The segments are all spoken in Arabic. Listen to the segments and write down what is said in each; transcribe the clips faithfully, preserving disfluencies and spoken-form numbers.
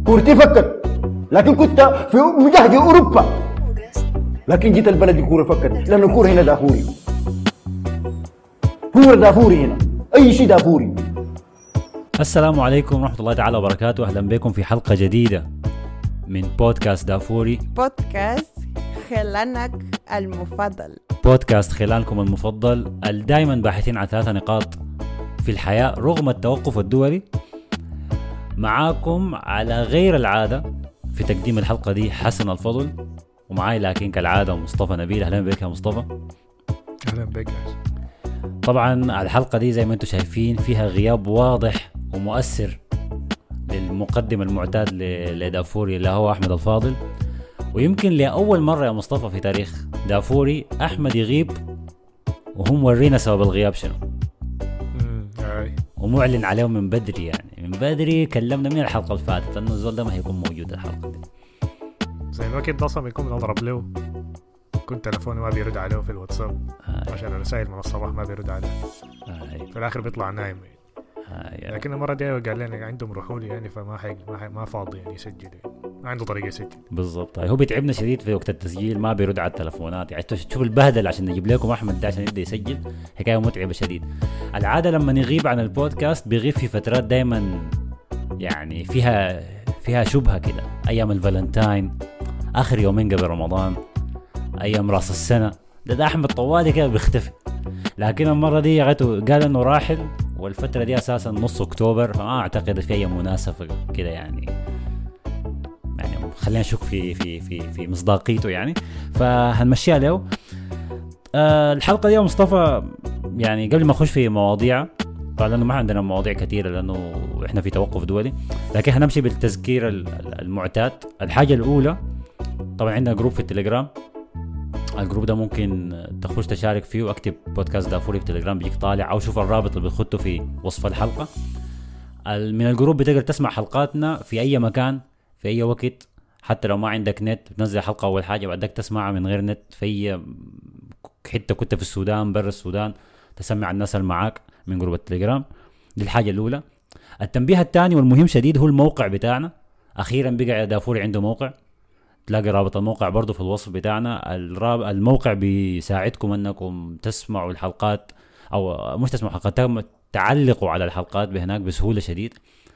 كورتي فكت، لكن كنت في مجهد أوروبا، لكن جيت البلد الكورة فكت، لأن الكورة هنا دافوري، كورة دافوري هنا، أي شيء دافوري. السلام عليكم ورحمة الله تعالى وبركاته. أهلا بكم في حلقة جديدة من بودكاست دافوري، بودكاست خلانك المفضل، بودكاست خلانكم المفضل اللي دايما باحثين على ثلاثة نقاط في الحياة رغم التوقف الدولي. معاكم على غير العادة في تقديم الحلقة دي حسن الفضل، ومعاي لكن كالعادة مصطفى نبيل. أهلا بك يا مصطفى. أهلا بك. طبعا الحلقة دي زي ما انتم شايفين فيها غياب واضح ومؤثر للمقدم المعتاد لدافوري اللي هو أحمد الفاضل، ويمكن لأول مرة يا مصطفى في تاريخ دافوري أحمد يغيب وهم ورينا سبب الغياب شنو، ومعلن عليهم من بدري، يعني من بدري كلمنا من الحلقة اللي فاتت أنه الزول ده ما هيكون موجود الحلقة دي. زي الوقت ده أصلا بيكون نضرب له، كنت تلفوني ما بيرد عليه في الواتساب آه. عشان الرسائل من الصباح ما بيرد عليه آه. في الآخر بيطلع نايم آه. لكن المرة دي قال لنا عندهم رحول يعني، فما حي... ما, حي... ما فاضي يعني يسجل يعني. ما عنده طريقة يسجل بالضبط. هو بيتعبنا شديد في وقت التسجيل، ما بيرد على التلفونات، يعني تشوف البهدل عشان نجيب لكم أحمد ده عشان يبدأ يسجل، حكاية متعبة شديد. العادة لما نغيب عن البودكاست بيغيب في فترات دايما يعني فيها فيها شبهة كده، أيام الفالنتاين، آخر يومين قبل رمضان، أيام رأس السنة، ده, ده أحمد طوالي كده بيختفي. لكن المرة دي غيته قال إنه راحل، والفترة دي أساسا نص أكتوبر، فما أعتقد في أي مناسبة كده يعني يعني خلينا نشك في في في في مصداقيته يعني، فهنمشيها له. أه الحلقة دي يا مصطفى يعني قبل ما أخش في مواضيع، طبعا لأنه ما عندنا مواضيع كثيرة لأنه إحنا في توقف دولي، لكن هنمشي بالتذكير المعتاد. الحاجة الأولى طبعا عندنا جروب في التليجرام، الجروب ده ممكن تخش تشارك فيه، واكتب بودكاست دافوري في تليجرام بيجيك طالع، او شوف الرابط اللي بتخطه في وصف الحلقة. من الجروب بتقدر تسمع حلقاتنا في اي مكان في اي وقت، حتى لو ما عندك نت بتنزل حلقة اول حاجة بعدك تسمعها من غير نت في اي حتة كنت في السودان برا السودان، تسمع الناس اللي معاك من جروب التليجرام. دي الحاجة الاولى. التنبيه الثاني والمهم شديد هو الموقع بتاعنا، اخيرا بقى دافوري عنده موقع، تلاقي رابط الموقع برضو في الوصف بتاعنا. الموقع بيساعدكم انكم تسمعوا الحلقات، او مش تسمعوا حلقات، تعلقوا على الحلقات بهناك بسهولة شديد.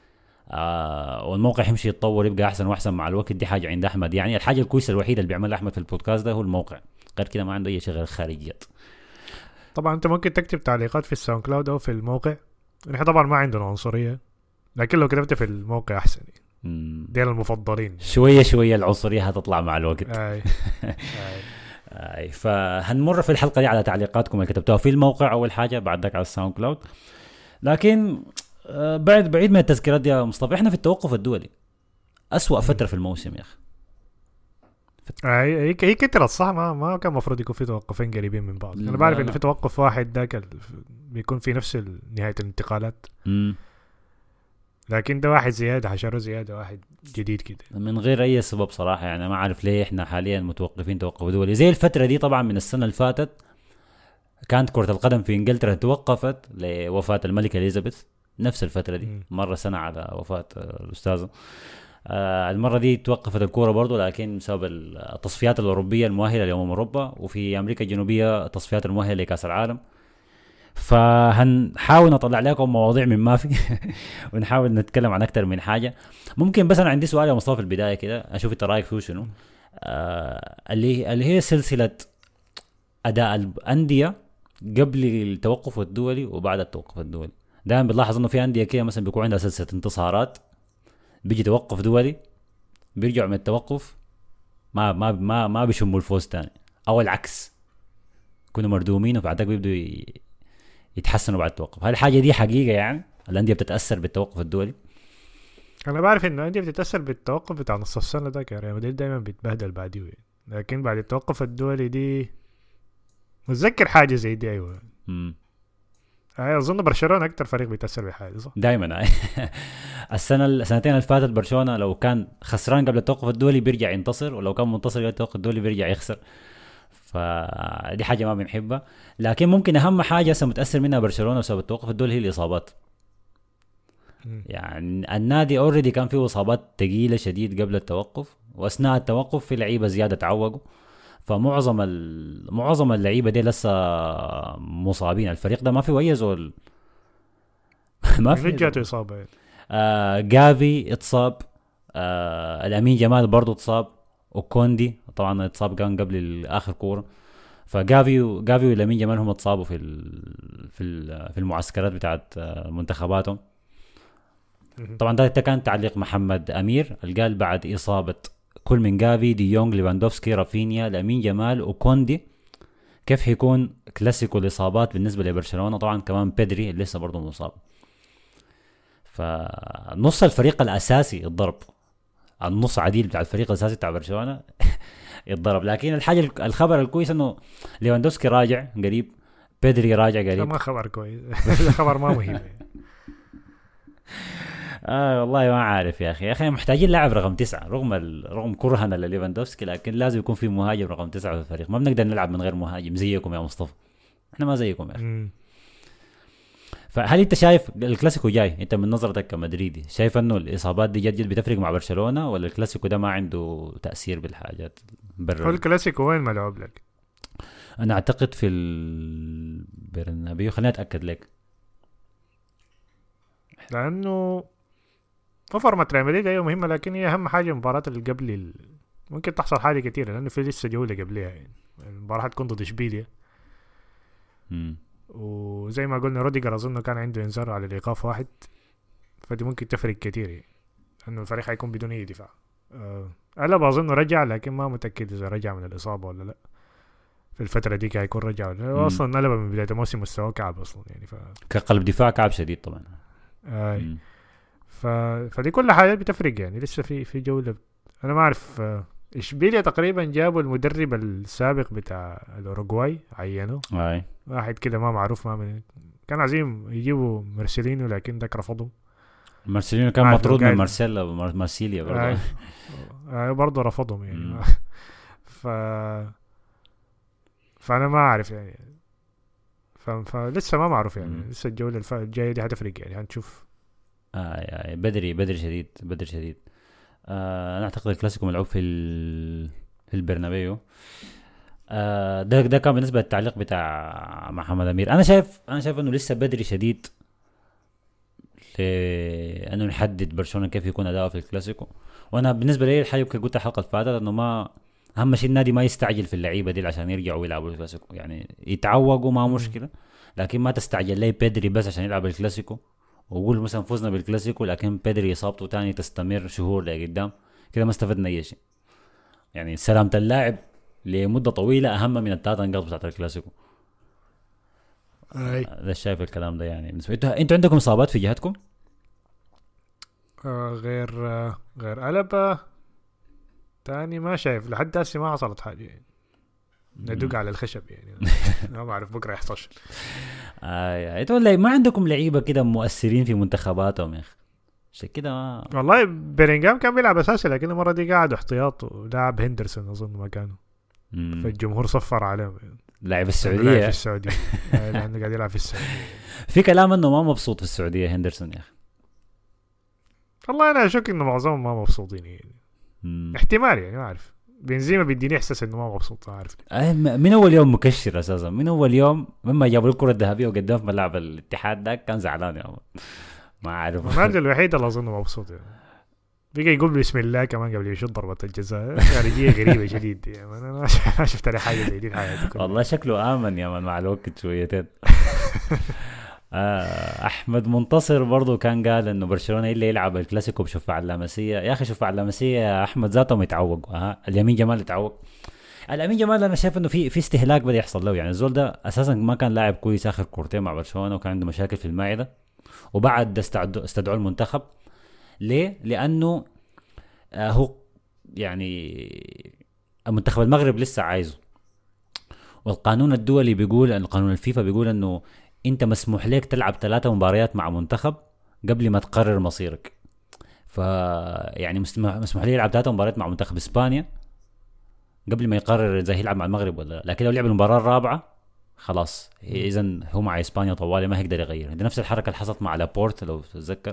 آه والموقع يمشي يتطور يبقى احسن واحسن مع الوقت. دي حاجة عند احمد، يعني الحاجة الكويسة الوحيدة اللي بيعملها احمد في البودكاست ده هو الموقع، غير كده ما عنده اي شيء غير خارجيات. طبعا انت ممكن تكتب تعليقات في الساوند كلاود او في الموقع، نحن طبعا ما عندنا عنصرية، لكن لو كتبت في الموقع احسن، ديال المفضلين. شوية شوية العنصرية هتطلع مع الوقت. آي. آي. آي. فهنمر في الحلقة دي على تعليقاتكم اللي كتبتوها في الموقع أول حاجة، بعدك على الساوند كلاود. لكن بعد بعيد من التذكيرات دي يا مصطفى، احنا في التوقف الدولي أسوأ فترة في الموسم يا أخي. هي هي كتير الصح، ما ما كان المفروض يكون في توقفين قريبين من بعض. انا بعرف انه في توقف واحد ذاك بيكون في نفس نهاية الانتقالات، امم لكن ده واحد زيادة، حشره زيادة، واحد جديد كده من غير أي سبب صراحة. يعني ما أعرف ليه إحنا حاليا متوقفين توقف دولي زي الفترة دي. طبعا من السنة اللي فاتت كانت كرة القدم في إنجلترا توقفت لوفاة الملكة إليزابيث، نفس الفترة دي مرة سنة على وفاة الأستاذة. آه المرة دي توقفت الكورة برضو، لكن بسبب التصفيات الأوروبية المؤهلة لأمم أوروبا، وفي أمريكا الجنوبية تصفيات المؤهلة لكأس العالم. فهنحاول نطلع لكم مواضيع من ما في ونحاول نتكلم عن أكتر من حاجة. ممكن بس أنا عندي سؤال يا مصطفى في البداية كده، أشوف أنت رأيك فيه شنو. آه اللي اللي هي سلسلة أداء الأندية قبل التوقف الدولي وبعد التوقف الدولي. دائما بنلاحظ إنه في أندية كده مثلا بيكون عندها سلسلة انتصارات، بيجي توقف دولي بيرجعوا من التوقف ما ما ما ما بيشموا الفوز تاني، أو العكس كانوا مردومين وبعدك بيبدوا يتحسنوا بعد التوقف. هل الحاجة دي حقيقة؟ يعني الأندية بتتأثر بالتوقف الدولي؟ أنا بعرف إنه الأندية بتتأثر بالتوقف بتاع نص السنة ده، كريم مدريد دايما بيتبهدل بعديه، لكن بعد التوقف الدولي دي متذكر حاجة زي دي. أيوة امم أظن برشلونة أكتر فريق بيتأثر بحاجة صح؟ دايما السنة السنتين اللي فاتت برشلونة لو كان خسران قبل التوقف الدولي بيرجع ينتصر، ولو كان منتصر قبل التوقف الدولي بيرجع يخسر. فدي حاجة ما بنحبها. لكن ممكن أهم حاجة سمتأثر منها برشلونة بسبب التوقف الدولي هي الإصابات. يعني النادي اوريدي كان فيه اصابات ثقيله شديد قبل التوقف، واثناء التوقف في لعيبه زياده تعوقوا، فمعظم ال... معظم اللعيبه دي لسه مصابين. الفريق ده ما فيه اي زول ما في جاته اصابه. آه جافي اتصاب، آه الامين جمال برضو اتصاب، وكوندي طبعا اتصاب كان قبل اخر كوره. فجافي جافي والامين جمال هم اتصابوا في ال... في ال... في المعسكرات بتاعت منتخباتهم. طبعا ده كان تعليق محمد امير القال بعد اصابه كل من جافي، دي يونغ، ليفاندوفسكي، رافينيا، لامين جمال وكوندي، كيف حيكون كلاسيكو الاصابات بالنسبه لبرشلونه. طبعا كمان بيدري اللي لسه برضه مصاب، فنص الفريق الاساسي الضرب، النص عديل بتاع الفريق الاساسي بتاع برشلونه يتضرب. لكن الحاجه الخبر الكويس انه ليفاندوفسكي راجع قريب، بيدري راجع قريب. ما خبر كويس خبر ما مهم. اه والله ما عارف يا اخي. يا اخي محتاجين لاعب رقم تسعة رغم ال... رغم كرهنا لليفاندوفسكي، لكن لازم يكون في مهاجم رقم تسعة في الفريق. ما بنقدر نلعب من غير مهاجم زيكم يا مصطفى، احنا ما زيكم يا اخي. فهل انت شايف الكلاسيكو جاي، انت من نظرتك كمدريدي شايف انه الاصابات دي جد جد بتفرق مع برشلونة، ولا الكلاسيكو ده ما عنده تأثير بالحاجات برا؟ هو الكلاسيكو وين ملعوب لك؟ انا اعتقد في البرنابيو، خليني اتاكد لك، لانه فورمة ريال مدريد هي مهمة، لكن هي اهم حاجة المباراة اللي قبل ال... ممكن تحصل حاجة كتيرة، لانه في لسه جولة قبلها يعني المباراة حتكون ضد اشبيليا. امم وزي ما قلنا روديجر اظن كان عنده انذار على الايقاف واحد، فدي ممكن تفرق كتير يعني. انه الفريق حيكون بدون اي دفاع. أه ألابا اظن رجع، لكن ما متاكد اذا رجع من الاصابه ولا لا في الفتره دي. هيكون رجع ولا لا. اصلا ألابا من بدايه الموسم مستواه كعب اصلا يعني. ف... كقلب دفاع كعب شديد طبعا. آه. ف... فدي كل حاجات بتفرق يعني. لسه في في جوله انا ما اعرف. آه. اشبيليا تقريبا جابوا المدرب السابق بتاع الاوروغواي عينه اي واحد كده ما معروف، ما من كان عظيم يجيبوا مارسيلينو لكن ذاك رفضوا. مارسيلينو كان مطرود من مارسيلا مارسيليا برضه. آه. آه برضه رفضهم يعني. ف فانا ما اعرف يعني. ف... فلسه ما معروف يعني. مم. لسه الجوله الف... الجايه دي هتفرق يعني، هنشوف. اه بدري بدري شديد بدري شديد. آه انا اعتقد الكلاسيكو ملعوب في ال... في البرنابيو. آه ده ده كان بالنسبه للتعليق بتاع محمد امير. انا شايف انا شايف انه لسه بدري شديد لانه نحدد برشلونه كيف يكون اداؤه في الكلاسيكو. وانا بالنسبه لي الحاجه يمكن قلتها الحلقه اللي فاتت انه ما اهم شيء النادي ما يستعجل في اللعيبه دي عشان يرجعوا يلعبوا الكلاسيكو. يعني يتعوقوا ما مشكله، لكن ما تستعجل لي بيدري بس عشان يلعب الكلاسيكو وقول مثلا فزنا بالكلاسيكو لكن بيدري اصابته تاني تستمر شهور لقدام، كده ما استفدنا اي شيء. يعني سلامه اللاعب لمده طويله اهم من الثلاث نقاط بتاعت الكلاسيكو. اي ده شايف الكلام ده يعني. انتوا انتوا عندكم اصابات في جهتكم؟ آه غير آه غير ألابا تاني ما شايف لحد هسه ما حصلت حاجه يعني. ندق على الخشب يعني. ما بعرف بكره يحصلش. آه انتوا ولا ما عندكم لعيبه كده مؤثرين في منتخباتهم يا اخي؟ عشان كده ما... والله بيرينغهام كان بيلعب اساسي، لكن المره دي قاعد احتياط ولاعب هندرسون اظن مكانه. فالجمهور صفر عليه لاعب السعوديه. لاعب في السعوديه لانه قاعد يلعب في السعوديه. في كلام انه ما مبسوط في السعوديه هندرسون يا اخي. والله انا اشك انه معظمهم ما مبسوطين يعني. مم. احتمال يعني ما اعرف. بنزيما بيديني احساس انه ما مبسوط. عارف من اول يوم مكشر اساسا، من اول يوم مما جابوا الكره الذهبيه وقدام في ملعب الاتحاد ده كان زعلان يا ما عارف. رونالدو الوحيد اللي اظن مبسوط يعني. بقى يقول بسم الله كمان قبل يشوط ضربه الجزاء. خارجيه غريبه شديد يعني. انا ما شفت لي حاجه زي دي في حياتي. والله شكله امن يا من مع الوقت شويتين. آه احمد منتصر برضو كان قال انه برشلونه اللي يلعب الكلاسيكو بشفاعة اللامسيه. يا اخي شفاعة اللامسيه يا احمد ذاتهم يتعوق. ها اليمين جمال يتعوق. اليمين جمال انا شايف انه في في استهلاك بدا يحصل له يعني. الزول ده اساسا ما كان لاعب كويس اخر كورتين مع برشلونه وكان عنده مشاكل في المعده، وبعد استدعوا استدعوا المنتخب. ليه؟ لانه آه هو يعني المنتخب المغرب لسه عايزه، والقانون الدولي بيقول ان قانون الفيفا بيقول انه انت مسموح لك تلعب ثلاثة مباريات مع منتخب قبل ما تقرر مصيرك. ف يعني مسموح مسموح لي يلعب ثلاثة مباريات مع منتخب اسبانيا قبل ما يقرر اذا هيلعب مع المغرب ولا لا. لكن لو لعب المباراه الرابعه خلاص اذا هو مع اسبانيا طوالي ما هيقدر يغير. دي نفس الحركه اللي حصلت مع لابورت لو تتذكر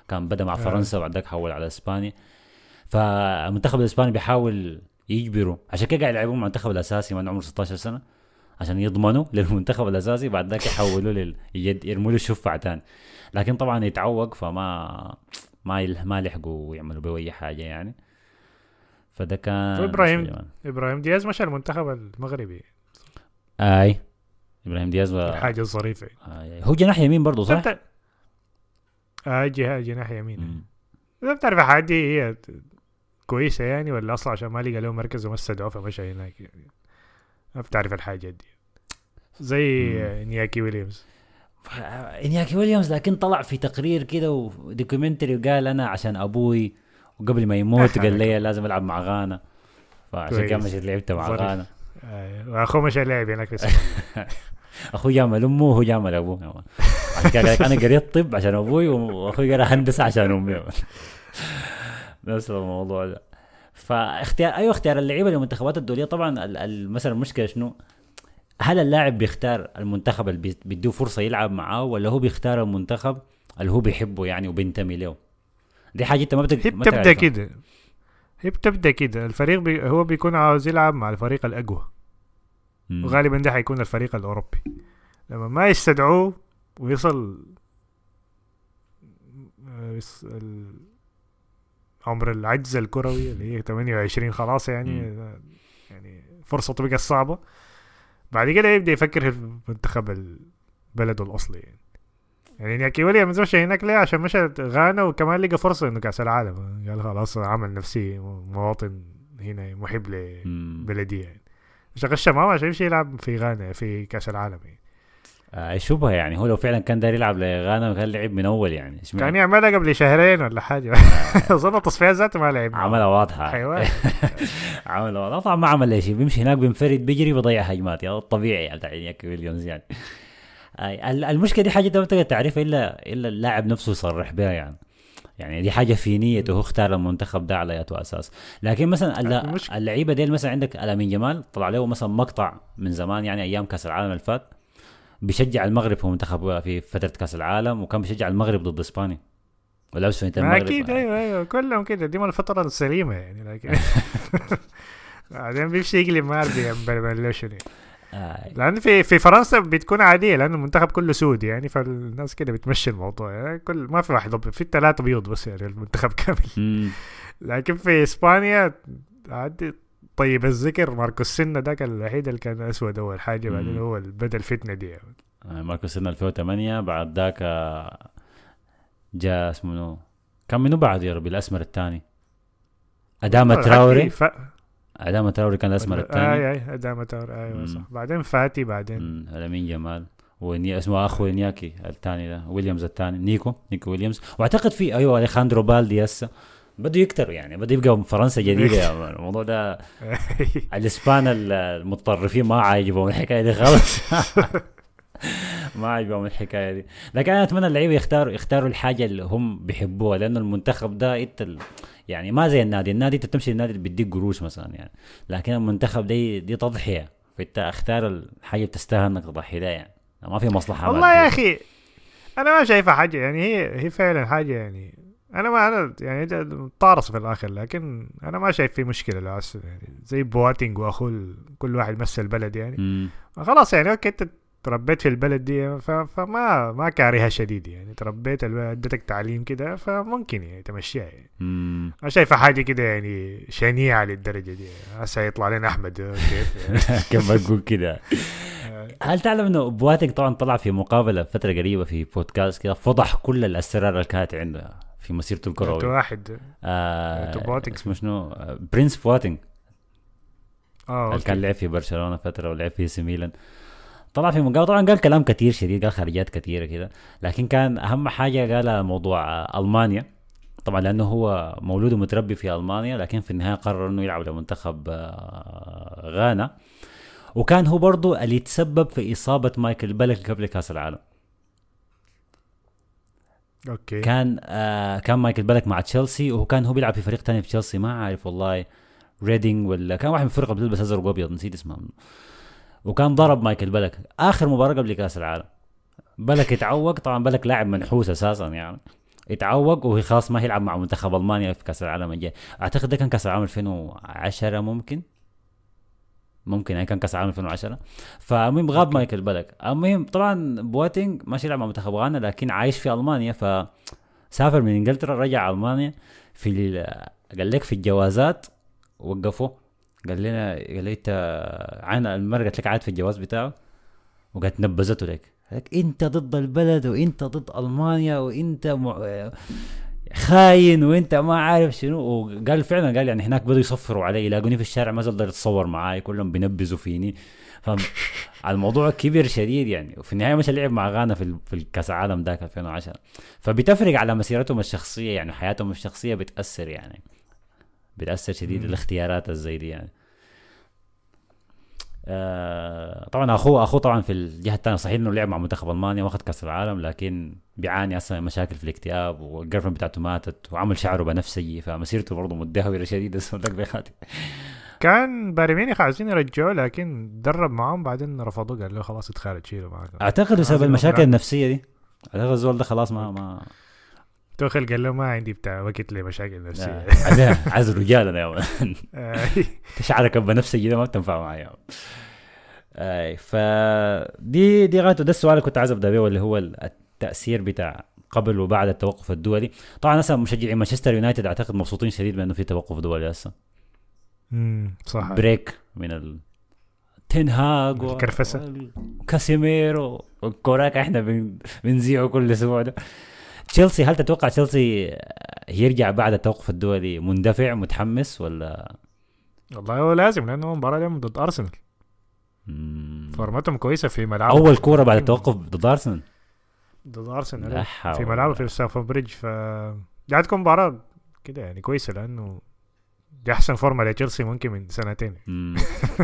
كان بدأ مع فرنسا وبعد ذاك حول على اسبانيا. فالمنتخب الاسباني بيحاول يجبره، عشان كده قاعد يلعبوا مع المنتخب الاساسي من عمر ستة عشر سنه عشان يضمنوا للمنتخب الاساسي، بعد ذاك يحولوا لل يرموا له الشفعه ثاني. لكن طبعا يتعوق فما ما ما لحقوا يعملوا به اي حاجه يعني. فده كان ابراهيم ابراهيم دياز مشى المنتخب المغربي. اي ابراهيم دياز و... حاجه ظريفه. آي. هو جناح يمين برضه صح؟ اي آه جهه جناح يمين. اذا بتعرف حاجه دي هي كويسه يعني، ولا اصلا عشان ما لقى له مركز وما استدعوه فمشى هناك يعني. ما بتعرف الحاجه دي زي نياكي ويليامز. نياكي ويليامز لكن طلع في تقرير كده ودوكيومنتري وقال انا عشان ابوي وقبل ما يموت قال لي لازم العب مع غانا، فعشان كده مشيت لعبت مع غانا. واخوه مشى لعب هناك بس اخوي جامل امه وهو جامل ابوه. عشان كده انا قريت طب عشان ابوي واخوي قرا هندسه عشان امي. نفس الموضوع ده. فاختيار ايوه اختيار اللعيبه للمنتخبات الدوليه طبعا مثلا المشكله شنو؟ هل اللاعب بيختار المنتخب اللي بيديه فرصه يلعب معاه، ولا هو بيختار المنتخب اللي هو بيحبه يعني وبينتمي له؟ دي حاجه انت ما بتقدر تبدا كده. هي بتبدا كده. الفريق بي هو بيكون عاوز يلعب مع الفريق الاقوى، وغالبا ده حيكون الفريق الاوروبي. لما ما يستدعوه ويصل عمر العجز الكروي اللي هي ثمانية وعشرين خلاص يعني م. يعني فرصته بقى صعبة، بعد كده يبدأ يفكر في منتخب بلده الأصلي يعني. يعني نياكي ويليامز مشى هناك ليه؟ عشان مشى غانا وكمان لقى فرصة إنه كأس العالم، قال خلاص عمل نفسي مواطن هنا محب لبلدية يعني. عشان الشمام عشان يمشي يلعب في غانا في كأس العالم يعني. آه شبه يعني هو لو فعلا كان داير يلعب لغانا كان لعب من اول يعني. كان يعملها قبل شهرين ولا حاجه. اظن التصفيات ذاته ما لعب. عملها واضحه. حيوان. عملها واضحه. طبعا ما عمل شيء، بيمشي هناك بينفرد بيجري بيضيع هجمات يا طبيعي يعني تاع نياكي ويليامز يعني. آه المشكله دي حاجه انت ما تقدر تعرفها الا الا اللاعب نفسه يصرح بها يعني. يعني دي حاجه في نيته، هو اختار المنتخب ده على ياته اساس. لكن مثلا اللعيبه ديل مثلا عندك لامين جمال طلع له مثلا مقطع من زمان يعني ايام كاس العالم اللي فات بيشجع المغرب في منتخب في فترة كأس العالم، وكان بيشجع المغرب ضد اسبانيا ولابس فانت المغرب. اكيد ايوه ايوه كلهم كده، دي ما الفترة السليمة يعني. لكن بعدين بيمشي يقلب ما عارف بلوشن يعني. لأن في في فرنسا بتكون عادية لأن المنتخب كله سودي يعني، فالناس كده بتمشي الموضوع يعني. كل ما في واحد في ثلاثة بيض بس يعني المنتخب كامل. لكن في اسبانيا عادي. طيب الذكر ماركوس سينا ده كان الوحيد اللي كان اسود اول حاجه، بعدين هو بدل الفتنه دي. ماركوس سينا ألفين وثمانية، بعد ذاك جاء اسمه كان منو بعد يا ربي الاسمر الثاني ادامه تراوري. ف... ادامه تراوري كان الاسمر الثاني. اي اي ادامه تراوري ايوه صح. بعدين فاتي بعدين لامين جمال وني اسمه اخو نياكي الثاني ده ويليامز الثاني نيكو نيكو ويليامز. واعتقد في ايوه اليخاندرو بالدي هسه بده يكتر يعني، بده يبقى فرنسا جديدة يعني. الموضوع ده الاسبان المتطرفين ما عاجبهم الحكاية دي خالص. ما عاجبهم الحكاية دي. لكن أنا أتمنى اللعيبة يختاروا يختاروا الحاجة اللي هم بيحبوها، لأنه المنتخب ده إنت يعني ما زي النادي. النادي أنت تمشي النادي اللي بيديك قروش مثلا يعني، لكن المنتخب دي دي تضحية، فأنت اختار الحاجة بتستاهل إنك تضحي ده يعني، ما في مصلحة. والله يا أخي أنا ما شايفها حاجة يعني، هي هي فعلا حاجة يعني. انا ما انا يعني طارص في الاخر، لكن انا ما شايف في مشكله لو يعني زي بواتينج واخو كل واحد مثل البلد يعني. خلاص يعني اوكي انت تربيت في البلد دي فما ما كارهها شديد يعني، تربيت ادتك تعليم كده فممكن يعني تمشيها يعني. ما شايفه حاجه كده يعني شنيعه للدرجه دي. هسه يطلع لنا احمد كيف يعني. كيف بقول كده. هل تعلم انه بواتينج طبعا طلع في مقابله فتره قريبه في بودكاست كده فضح كل الاسرار اللي كانت عنده في مسيرته الكرويه. واحد آه اسمه شنو آه برينس بواتينج. اه كان لعب في برشلونه فتره ولعب في سي ميلان. طلع في مقابله طبعا قال كلام كتير شديد، قال خارجات كثيره كده، لكن كان اهم حاجه قال موضوع آه المانيا طبعا لانه هو مولود ومتربي في المانيا، لكن في النهايه قرر انه يلعب لمنتخب آه غانا. وكان هو برضو اللي يتسبب في اصابه مايكل بالك قبل كاس العالم. اوكي. كان آه كان مايكل بالك مع تشيلسي، وهو كان هو بيلعب في فريق تاني في تشيلسي ما عارف والله ريدينج ولا كان واحد من الفرق بتلبس ازرق وابيض نسيت اسمه. وكان ضرب مايكل بالك اخر مباراه قبل كاس العالم. بالك يتعوق طبعا، بالك لاعب منحوس اساسا يعني، اتعوق وهي خلاص ما هيلعب مع منتخب ألمانيا في كأس العالم الجاي. أعتقد ده كان كأس العالم ألفين وعشرة ممكن ممكن يعني كان كأس العالم ألفين وعشرة. فالمهم غاب أوكي. مايكل بالك. المهم طبعا بواتينج ماشي يلعب مع منتخب غانا لكن عايش في ألمانيا، فسافر من إنجلترا رجع ألمانيا. في ال- قال لك في الجوازات وقفوا، قال لنا قال لي انت عنا المرة قالت لك عاد في الجواز بتاعه وقالت نبذته لك لك انت ضد البلد وانت ضد ألمانيا وانت مع... خاين وانت ما عارف شنو. وقال فعلا قال يعني هناك بدوا يصفروا علي، يلاقوني في الشارع ما زال يتصور معاي، كلهم بينبذوا فيني. فالموضوع كبير شديد يعني. وفي النهايه مش لعب مع غانا في في الكاس العالم ذاك ألفين وعشرة. فبتفرق على مسيرتهم الشخصيه يعني، حياتهم الشخصيه بتاثر يعني بتاثر شديد مم. الاختيارات الزي دي يعني. آه طبعا اخوه اخوه طبعا في الجهه الثانيه صحيح انه لعب مع منتخب المانيا واخذ كاس العالم، لكن بيعاني اصلا مشاكل في الاكتئاب والجيرفرند بتاعته ماتت وعمل شعره بنفسجي، فمسيرته برضه مدهوره شديده. اسمه بيخاتي كان بايرن ميونخ عايزين يرجعوه لكن درب معهم بعدين رفضوه، قال له خلاص اتخارج شيله معاك. اعتقد بسبب عايزين المشاكل يقنعوه. النفسيه دي. اعتقد الزول ده خلاص ما ما توخل قال له ما عندي بتاع وقت لمشاكل نفسيه. عايز عايز رجال انا يا مان. آه. شعرك بنفسجي ده ما بتنفع معايا يا مان. اي فدي دي غايته. ده السؤال اللي كنت عايز ابدا بيه، اللي هو التاثير بتاع قبل وبعد التوقف الدولي. طبعا هسه مشجعين مانشستر يونايتد اعتقد مبسوطين شديد بانه في توقف دولي هسه، امم صح. بريك من ال تنهاج الكرفسة. وكاسيميرو والكوراك احنا بن... بنزيعه كل اسبوع ده. تشيلسي، هل تتوقع تشيلسي يرجع بعد التوقف الدولي مندفع متحمس ولا؟ والله هو لازم لانه مباراه اليوم ضد ارسنال، مم. فورمتهم كويسه في ملعبهم. اول كوره بعد التوقف ضد ارسنال ضد ارسنال لا حول في ملعبه في ستانفورد بريدج، ف دي هتكون مباراه كده يعني كويسه لانه دي احسن فورمه لتشيلسي ممكن من سنتين. مم.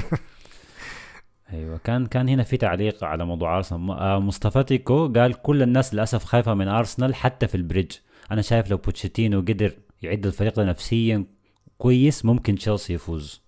ايوه كان كان هنا في تعليق على موضوع ارسنال. م- آه، مصطفى تيكو قال كل الناس للاسف خايفه من ارسنال حتى في البريدج. انا شايف لو بوتشيتينو قدر يعد الفريق ده نفسيا كويس ممكن تشيلسي يفوز.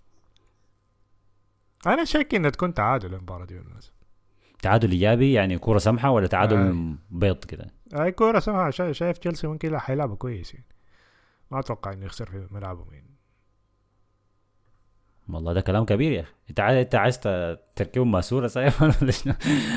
انا شاك انها تكون تعادل المباراه دي بالنسبه. تعادل ايجابي يعني كوره سمحه ولا تعادل آه. بيض كده؟ اي كوره سمعها. شا- شايف تشيلسي ممكن لا حيلعبوا كويس يعني، ما اتوقع انه يخسر في ملعبهم يعني. والله ده كلام كبير يا اخي. انت عايز انت عايز ت- تركيب ماسوره صحيح ولا شنو؟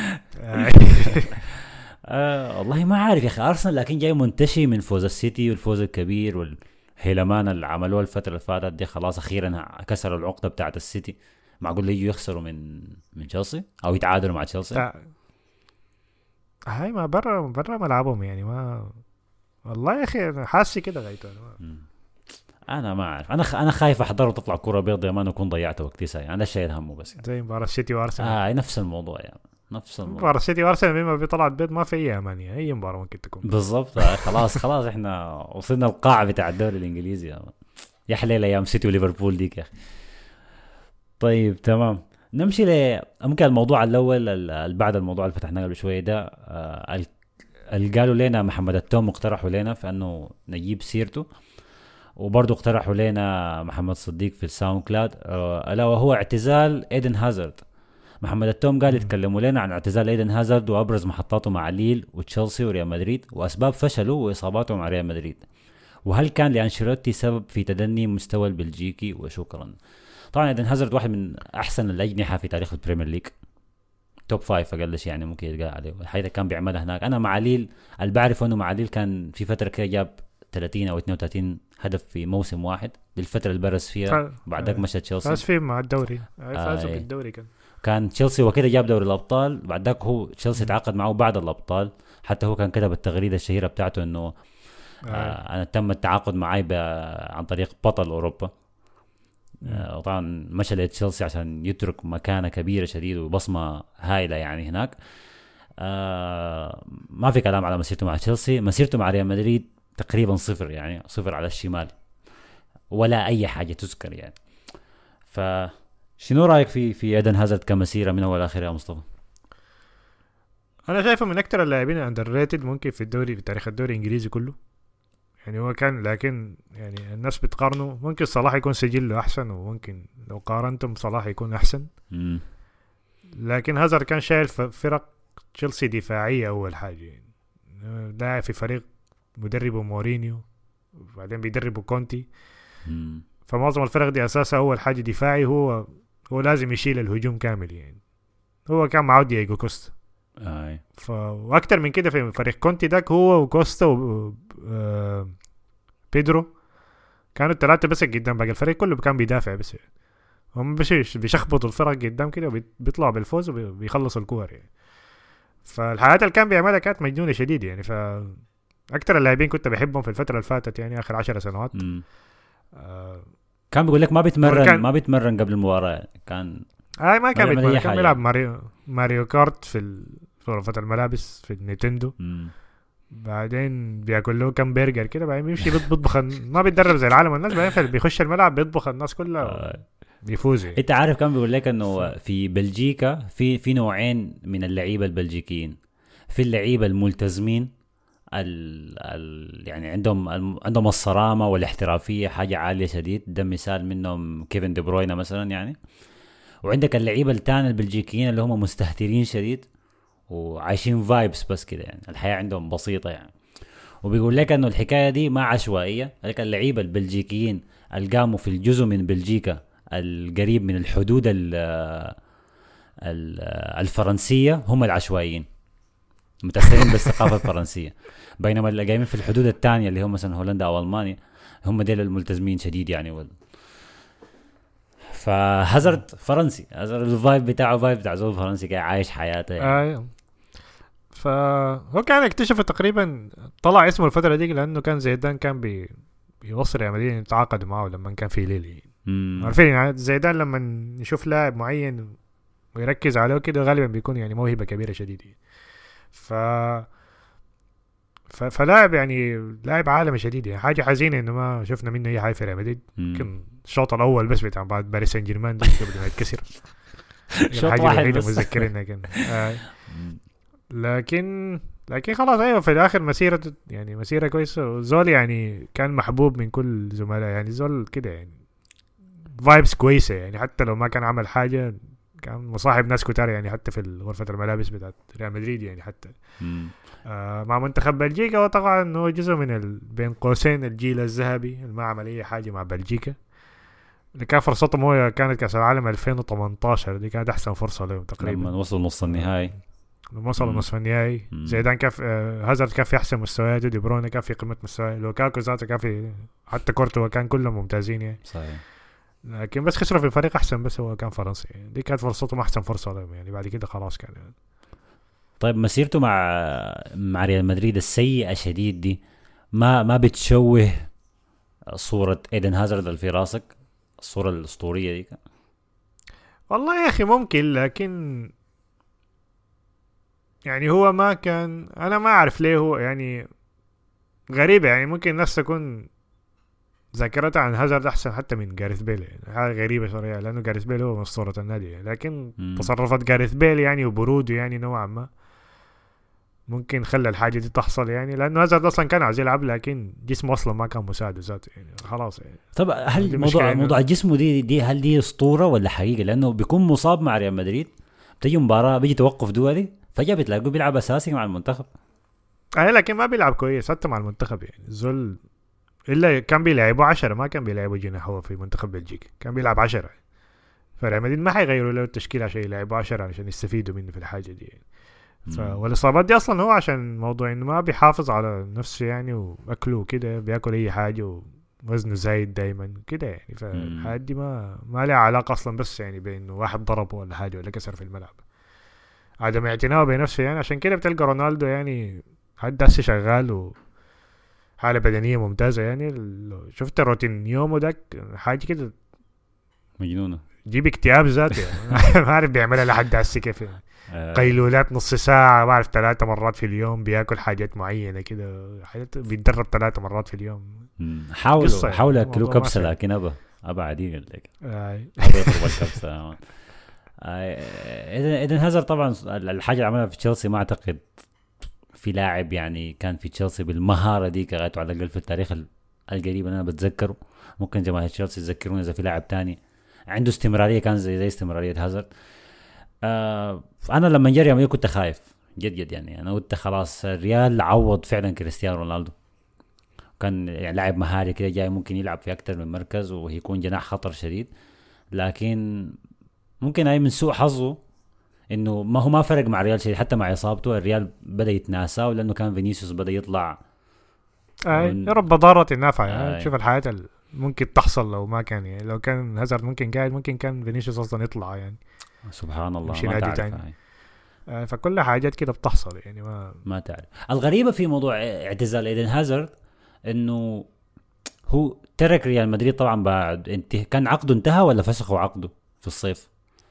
آه والله ما عارف يا اخي. ارسنال لكن جاي منتشي من فوز السيتي والفوز الكبير والهيلمان اللي عملوها الفتره اللي فاتت دي. خلاص اخيرا كسروا العقده بتاعت السيتي. معقول يجوا يخسروا من من تشيلسي او يتعادلوا مع تشيلسي؟ تع- هاي ما برا برا ملعبهم يعني. ما والله يا اخي انا حاسس كده غايته. انا ما اعرف. انا خ... انا خايف احضر وتطلع كوره بيض يا مان اكون ضيعت وقتي ساي. انا شايل همه بس يعني. زي مباراه السيتي وارسنال. اه نفس الموضوع يعني نفس الموضوع مباراه السيتي وارسنال مما بيطلع البيت ما في اي امان يعني. اي مباراه ممكن تكون بالضبط. آه خلاص خلاص احنا وصلنا القاع بتاع الدوري الانجليزي يا مان. يا حليل ايام سيتي وليفربول ديك يا اخي. طيب تمام نمشي ل ممكن الموضوع الاول اللي بعد الموضوع اللي فتحناه قبل شويه ده. آه ال- اللي قالوا لنا محمد التوم اقترحوا لنا في انه نجيب سيرته، وبرضه اقترحوا لنا محمد صديق في الساوند كلاود آه، الا وهو اعتزال ايدن هازارد. محمد التوم قال يتكلموا لنا عن اعتزال ايدن هازارد وابرز محطاته مع ليل وتشيلسي وريال مدريد واسباب فشله واصاباته مع ريال مدريد، وهل كان لانشيلوتي سبب في تدني مستوى البلجيكي. وشكرا. طبعا ايدن هازارد واحد من احسن الاجنحه في تاريخ البريمير ليج، توب فايف اقل شيء يعني ممكن يتقال عليه. الحقيقه كان بيعملها هناك. انا مع ليل اللي بعرفه انه مع ليل كان في فتره كده جاب ثلاثين او اثنين وثلاثين هدف في موسم واحد بالفتره اللي برز فيها. بعدك مشى تشيلسي فاز فيه مع الدوري. فازوا آه بالدوري كان كان تشيلسي وكده جاب دوري الابطال. بعدك هو تشيلسي تعاقد معه بعد الابطال. حتى هو كان كتب التغريده الشهيره بتاعته انه آه انا تم التعاقد معي عن طريق بطل اوروبا. آه طبعا مشى لتشيلسي عشان يترك مكانه كبيره شديد وبصمه هائله يعني هناك. آه ما في كلام على مسيرته مع تشيلسي. مسيرته مع ريال مدريد تقريبا صفر يعني صفر على الشمال ولا اي حاجه تذكر يعني. فشنو رايك في في ايدن هازارد كمسيره من اول لاخر يا مصطفى؟ انا شايفه من اكتر اللاعبين اندر ريتد ممكن في الدوري في تاريخ الدوري الانجليزي كله يعني. هو كان لكن يعني الناس بتقارنه. ممكن صلاح يكون سجله احسن وممكن لو قارنتم صلاح يكون احسن. مم. لكن هازارد كان شايل ف- فرق تشيلسي دفاعيه اول حاجه يعني. لاعب في فريق مدربه مورينيو وبعدين بيدربوا كونتي. مم. فمعظم الفرق دي اساسا اول حاجه دفاعي، هو هو لازم يشيل الهجوم كامل يعني. هو كان معاه دييغو كوستا. اي ف واكثر من كده في فريق كونتي داك هو وكوستا و آه... بيدرو كانوا الثلاثه بس قدام، باقي الفريق كله كان بيدافع بس يعني. هم بس بيشخبطوا الفرق قدام كده وبيطلعوا بالفوز وبيخلصوا الكور يعني. فالحالات اللي كان بيعملها كانت مجنونه شديد يعني. ف اكثر اللاعبين كنت بحبهم في الفتره اللي فاتت يعني اخر عشر سنوات. آه كان بيقول لك ما بيتمرن كان... ما بيتمرن قبل المباراه. كان اي ما كان بيتمرن، كان بيلعب ماريو ماريو كارت في غرفه الملابس في النينتندو. مم. بعدين بياكل له كم برجر كده، بعدين بيمشي بيطبخ. ما بيتدرب زي العالم الناس، بعدين بيخش الملعب بيطبخ الناس كلها آه. بيفوز يعني. انت عارف كان بيقول لك انه في بلجيكا في في نوعين من اللعيبه البلجيكيين. في اللعيبه الملتزمين ال ال يعني عندهم عندهم الصرامه والاحترافيه حاجه عاليه شديد، ده مثال منهم كيفن دي بروينا مثلا يعني. وعندك اللعيبه الثانيه البلجيكيين اللي هم مستهترين شديد وعايشين فايبس بس كده يعني، الحياه عندهم بسيطه يعني. وبيقول لك انه الحكايه دي ما عشوائيه، لك اللعيبه البلجيكيين اللي قاموا في الجزء من بلجيكا القريب من الحدود الفرنسيه هم العشوائيين متاثرين بالثقافه الفرنسيه، بينما اللي قايمين في الحدود الثانيه اللي هم مثلا هولندا او المانيا هم ديل الملتزمين شديد يعني. وال... فهازارد فرنسي، هازارد الفايب بتاعه فايب بتاع زول فرنسي كده عايش حياته يعني. آه. فهو كان اكتشف تقريبا طلع اسمه الفتره دي لانه كان زيدان كان بي بيوصل ريال مدريد يتعاقد معه لما كان في ليلي. عارفين يعني زيدان لما نشوف لاعب معين ويركز عليه كده غالبا بيكون يعني موهبه كبيره شديده. ف ف فلاعب يعني لاعب عالمي شديد يعني. حاجه حزينه انه ما شفنا منه اي حاجه في ريال مدريد. يمكن الشوط الاول بس بتاع بعد باريس سان جيرمان قبل ما يتكسر شوط واحد بس متذكرين لكن آه. لكن لكن خلاص ايوه في الاخر مسيره يعني مسيره كويسه. زول يعني كان محبوب من كل زملاء يعني. زول كده يعني فايبس كويسه يعني، حتى لو ما كان عمل حاجه كان مصاحب ناس كتار يعني، حتى في غرفه الملابس بتاعت ريال مدريد يعني. حتى آه مع منتخب بلجيكا وطبعا هو جزء من ال... بين قوسين الجيل الذهبي اللي ما عمل اي حاجه مع بلجيكا. اللي كان فرصتهم هو كانت كاس العالم ألفين وثمانية عشر، دي كانت احسن فرصه لهم تقريبا لما وصلوا نص النهائي. لما وصلوا نصف النهائي زيدان كان آه هازارد كان في احسن مستوياته، دي بروين كان في قمه مستواه، لوكاكو ذاته كان في، حتى كورتوا كان كلهم ممتازين يعني. صحيح. لكن بس خسروا في فريق احسن بس هو كان فرنسي يعني. دي كانت فرصتهم احسن فرصه لهم يعني. بعد كده خلاص كان يعني. طيب مسيرته مع مع ريال مدريد السيئه شديد دي ما ما بتشوه صوره ايدن هازارد اللي في راسك، الصوره الاسطوريه دي؟ والله يا اخي ممكن، لكن يعني هو ما كان، انا ما اعرف ليه هو يعني غريبه يعني. ممكن الناس تكون ذاكرتها عن هازارد احسن حتى من جاريث بيل يعني. حاجه غريبه شويه لانه جاريث بيل هو اسطوره النادي يعني. لكن م. تصرفات جاريث بيل يعني وبروده يعني نوعا ما ممكن خلى الحاجه دي تحصل يعني. لانه هازارد اصلا كان عايز يلعب لكن جسمه اصلا ما كان مساعد ذاته يعني. خلاص يعني. طب هل موضوع موضوع جسمه دي دي هل دي اسطوره ولا حقيقه؟ لانه بيكون مصاب مع ريال مدريد، بتجي مباراه بيجي توقف دولي فجاه بتلاقوه بيلعب اساسي مع المنتخب. اي لكن ما بيلعب كويس حتى مع المنتخب يعني. زول إلا كان بيلعبوا عشرة، ما كان بيلعبوا جناح هو في منتخب بلجيكا، كان بيلعب عشرة. فريال مدريد ما حيغيروا له التشكيل عشان يلعبوا عشرة عشان يستفيدوا منه في الحاجة دي يعني. ف... والإصابات دي أصلا هو عشان موضوع إنه ما بيحافظ على نفسه يعني، وأكله كده بيأكل أي حاجة ووزنه زايد دايما كده يعني. فالحاجة دي ما ما لها علاقة أصلا بس يعني بإنه واحد ضربه ولا حاجة ولا كسر في الملعب، عدم اعتناءه بنفسه يعني. عشان كده بتلقى رونالدو يعني حد هسه شغال و حالة بدنية ممتازة يعني. شفت روتين يومه داك حاجة كده مجنونة، جيب اكتئاب ذاتي يعني. ما عارف بيعملها لحد هسه كيف يعني. قيلولات نص ساعة، ما عارف ثلاثة مرات في اليوم، بياكل حاجات معينة كده، حاجات بيتدرب ثلاثة مرات في اليوم. حاولوا حاولوا ياكلوا كبسة لكن أبا أبا عادي قال لك أبا يطلب الكبسة. إذا إذا هازارد طبعا الحاجة اللي عملها في تشيلسي ما أعتقد في لاعب يعني كان في تشيلسي بالمهارة دي كغايته على الأقل في التاريخ القريب أنا بتذكره. ممكن جماهير تشيلسي يتذكرون إذا في لاعب تاني عنده استمرارية كان زي زي استمرارية هازارد. آه أنا لما جري كنت خايف جد جد يعني. أنا قلت خلاص الريال عوض فعلا كريستيانو رونالدو كان يعني لاعب مهاري كده جاي ممكن يلعب في أكتر من مركز ويكون جناح خطر شديد. لكن ممكن هاي من سوء حظه انه ما هو ما فرق مع الريال شيء، حتى مع اصابته الريال بدا يتناساه لانه كان فينيسيوس بدا يطلع. اي من... يا رب ضارة نافعة. آه شوف الحياة ممكن تحصل لو ما كان يعني لو كان هازارد ممكن قاعد ممكن كان فينيسيوس اصلا يطلع يعني سبحان الله ما تعرف. آه فكل حاجات كده بتحصل يعني ما ما تعرف. الغريبة في موضوع اعتزال ايدن هازارد انه هو ترك ريال مدريد طبعا بعد انت كان عقده انتهى ولا فسخوا عقده في الصيف؟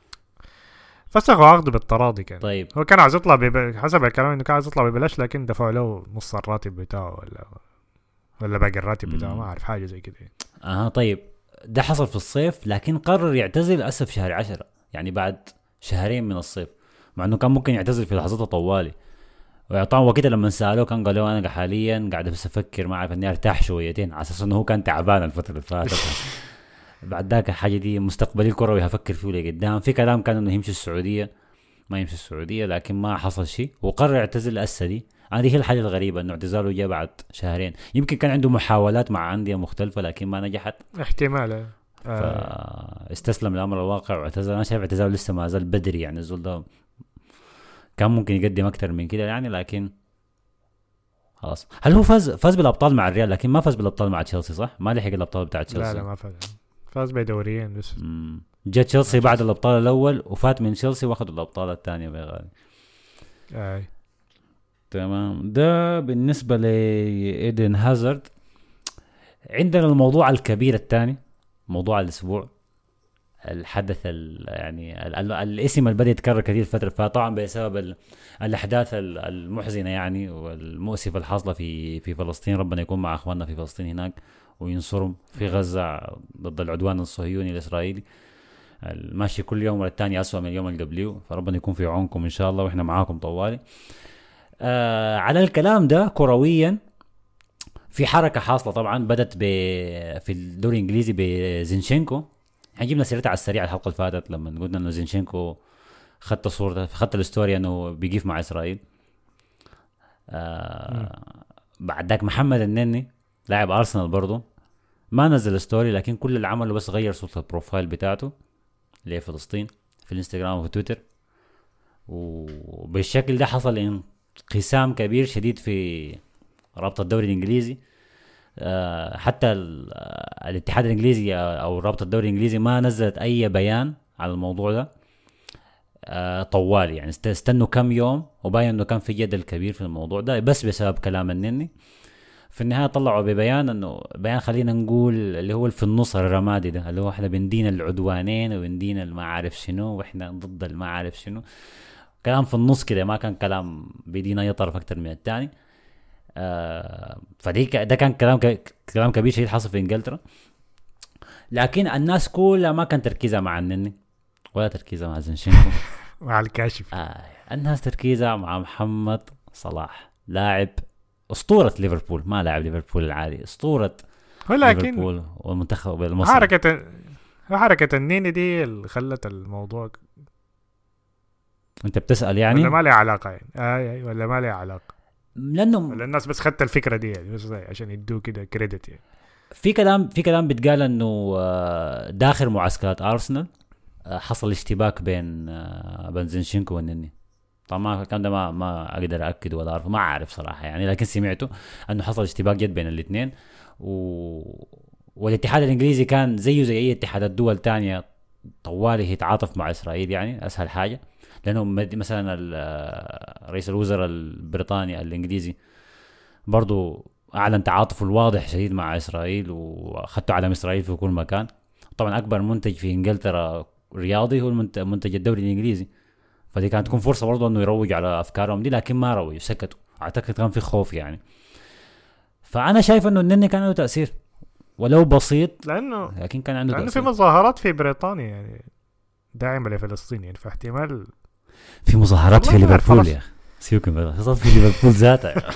فسخوا عقده بالتراضي كان. طيب هو كان عايز يطلع بب... حسب الكلام انه كان عايز يطلع ببلاش لكن دفعوا له نص الراتب بتاعه ولا ولا باقي الراتب بتاعه ما اعرف حاجه زي كده. اه طيب ده حصل في الصيف لكن قرر يعتزل اسف شهر عشرة يعني بعد شهرين من الصيف، مع انه كان ممكن يعتزل في لحظتها طوالي. وطبعا وقتها لما سالوه كان قال له انا حاليا قاعد بس افكر ما اعرف اني ارتاح شويتين على اساس انه هو كان تعبان الفتره اللي فاتت. بعد ذاك الحاجه دي مستقبلي الكروي هفكر فيه لقدام. في كلام كان انه يمشي السعوديه ما يمشي السعوديه لكن ما حصل شيء وقرر يعتزل الاسه دي. هذه هي الحاجه الغريبه انه اعتزاله جاء بعد شهرين. يمكن كان عنده محاولات مع انديه مختلفه لكن ما نجحت احتمال. فاستسلم لامر الواقع واعتزل. انا شايف اعتزاله لسه ما زال بدري يعني الزول ده كان ممكن يقدم اكتر من كده يعني لكن خلاص. هل هو فاز فاز بالابطال مع الريال لكن ما فاز بالابطال مع تشيلسي صح؟ ما لحق الابطال بتاع تشيلسي. لا لا ما فاز فاز بدوريين بس. جاء تشيلسي بعد الابطال الاول وفات من تشيلسي واخذوا الابطال الثانيه بغالي. اي تمام. ده بالنسبه لايدن هازارد. عندنا الموضوع الكبير الثاني موضوع الاسبوع الحدث يعني ال ال الاسم اللي بدا يتكرر كثير الفتره فطبعا بسبب الاحداث المحزنه يعني والمؤسفه الحاصله في في فلسطين. ربنا يكون مع اخواننا في فلسطين هناك وينصرهم في غزه ضد العدوان الصهيوني الاسرائيلي الماشي كل يوم والثاني اسوأ من اليوم اللي قبليه. فربنا يكون في عونكم ان شاء الله واحنا معاكم طوالي. آه على الكلام ده كرويا في حركه حاصله طبعا بدت في الدوري الانجليزي بزينشينكو. جبنا سيرتها على السريع الحلقه اللي فاتت لما قلنا انه زينشينكو خدت صورته خدت الاستوري انه بيقيف مع اسرائيل. آه بعد ذاك محمد النني لاعب ارسنال برضه ما نزل ستوري لكن كل اللي عمله بس غير صوره البروفايل بتاعته اللي هي فلسطين في الانستغرام وفي تويتر. وبالشكل ده حصل انقسام كبير شديد في رابطه الدوري الانجليزي. أه حتى الاتحاد الانجليزي او رابطه الدوري الانجليزي ما نزلت اي بيان على الموضوع ده أه طوالي يعني استنوا كم يوم وباين انه كان في جدل كبير في الموضوع ده بس بسبب كلام النني. في النهايه طلعوا ببيان انه بيان خلينا نقول اللي هو في النص الرمادي ده اللي هو احنا بندين العدوانين وبندين الما عارف شنو واحنا ضد الما عارف شنو. كلام في النص كده ما كان كلام بيدينا اي طرف اكتر من الثاني. آه فدي ده كان كلام ك... كلام كبير شديد حصل في انجلترا. لكن الناس كلها ما كان تركيزها مع النني ولا تركيزها مع زينشينكو مع الكاشف. آه الناس تركيزها مع محمد صلاح لاعب اسطوره ليفربول ما لاعب ليفربول العادي اسطوره ليفربول والمنتخب المصري. حركه حركه النني دي اللي خلت الموضوع. انت بتسال يعني ولا ما لها علاقه يعني اي آه ولا ما لها علاقه لانه ولا الناس بس خدت الفكره دي يعني بس عشان يدوا كده كريدت يعني. في كلام في كلام بيتقال انه داخل معسكرات ارسنال حصل اشتباك بين بين زينشينكو والنني. طبعا الكلام ده ما ما اقدر اكد ولا اعرف ما اعرف صراحه يعني لكن سمعته انه حصل اشتباك جد بين الاثنين. و... والاتحاد الانجليزي كان زيه زي اي اتحاد الدول تانية طوالي يتعاطف مع اسرائيل يعني اسهل حاجه لانه مثلا رئيس الوزراء البريطاني الانجليزي برضو اعلن تعاطفه الواضح شديد مع اسرائيل واخذته علم اسرائيل في كل مكان. طبعا اكبر منتج في انجلترا رياضي هو المنتج الدوري الانجليزي فدي كانت تكون فرصه برضو انه يروج على افكارهم دي لكن ما روجوا سكتوا. اعتقد كان في خوف يعني. فانا شايف انه النني كان له تاثير ولو بسيط لانه لكن كان عنده لانه تأثير. في مظاهرات في بريطانيا يعني داعمه لفلسطين يعني فاحتمال في مظاهرات في ليفربول يا اخي سيبك من في ليفربول ذاتها.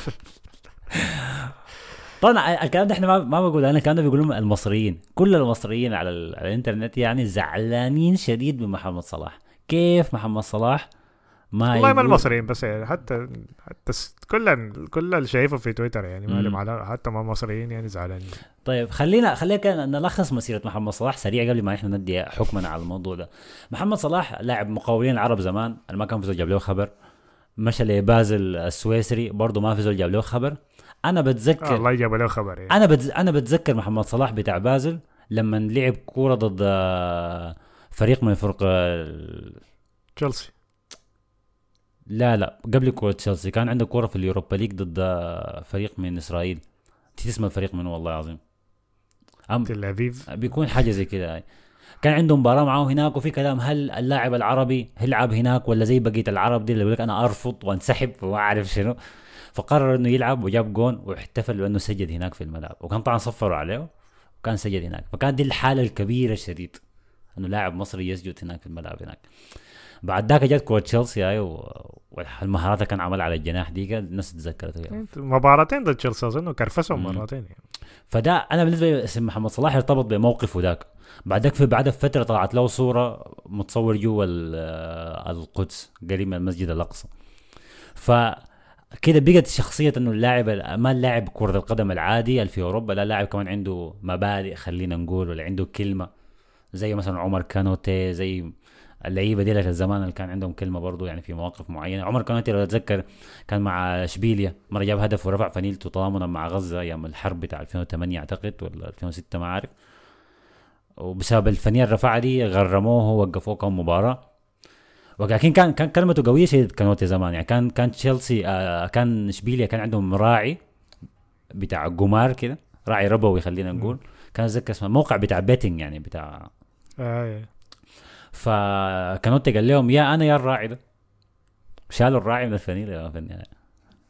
طبعا الكلام ده احنا ما ما بقول انا الكلام ده بيقولون المصريين كل المصريين على, على الانترنت يعني زعلانين شديد من محمد صلاح. كيف محمد صلاح ما والله ما المصريين بس يعني حتى حتى كل كل اللي شايفه في تويتر يعني ما لهم علاقه حتى ما المصريين يعني زعلانين. طيب خلينا خلينا نلخص مسيره محمد صلاح سريع قبل ما احنا ندي حكمنا على الموضوع ده. محمد صلاح لاعب مقاولين العرب زمان اللي ما كان في زول جاب له خبر، مشى لبازل السويسري برضه ما في زول جاب له خبر. انا بتذكر الله جاب له خبر يعني. انا بتز... انا بتذكر محمد صلاح بتاع بازل لما لعب كوره ضد فريق من فرق تشيلسي. لا لا قبل كوره تشيلسي كان عنده كوره في اليوروبا ليج ضد فريق من اسرائيل، نسيت اسم الفريق منه والله العظيم. أم... تل أبيب بيكون حاجه زي كده. كان عنده مباراه معه هناك وفي كلام هل اللاعب العربي يلعب هناك ولا زي بقيه العرب دي اللي بيقول لك انا ارفض وانسحب وما اعرف شنو. فقرر انه يلعب وجاب جون واحتفل بانه سجد هناك في الملعب، وكان طبعا صفروا عليه وكان سجد هناك. فكان دي الحاله الكبيره الشديد انه لاعب مصري يسجد هناك في الملعب هناك. بعد ذاك جت كوره تشيلسي هاي والمهارات كان عمل على الجناح دي الناس تذكرتها مباراتين ضد تشيلسي اظن كرفسهم مرتين يعني. فده انا بالنسبه لي اسم محمد صلاح ارتبط بموقفه ذاك. بعدك في بعد فتره طلعت له صوره متصور جوا القدس قريب من المسجد الاقصى. ف كده بقت شخصيه انه اللاعب ما اللاعب كره القدم العادي اللي في اوروبا، لا لاعب كمان عنده مبادئ خلينا نقول، ولا عنده كلمه زي مثلا عمر كانوتي، زي اللعيبه دي لك الزمان اللي كان عندهم كلمه برضو يعني في مواقف معينه. عمر كانوتي لو اتذكر كان مع اشبيليا مره جاب هدف ورفع فنيلته تضامنا مع غزه ايام الحرب بتاع ألفين وثمانية اعتقد ولا ألفين وستة ما عارف، وبسبب الفنيل رفع دي غرموه ووقفوه كم مباراه. ولكن كان كان كلمته قويه شديد كانوتي زمان يعني. كان كان تشيلسي آه كان اشبيليا كان عندهم راعي بتاع قمار كده، راعي ربوي خلينا نقول، كان اتذكر اسمه موقع بتاع بيتنج يعني بتاع آه. فكانوتي قال لهم يا انا يا الراعي ده، شالوا الراعي من الفنيله في النهايه.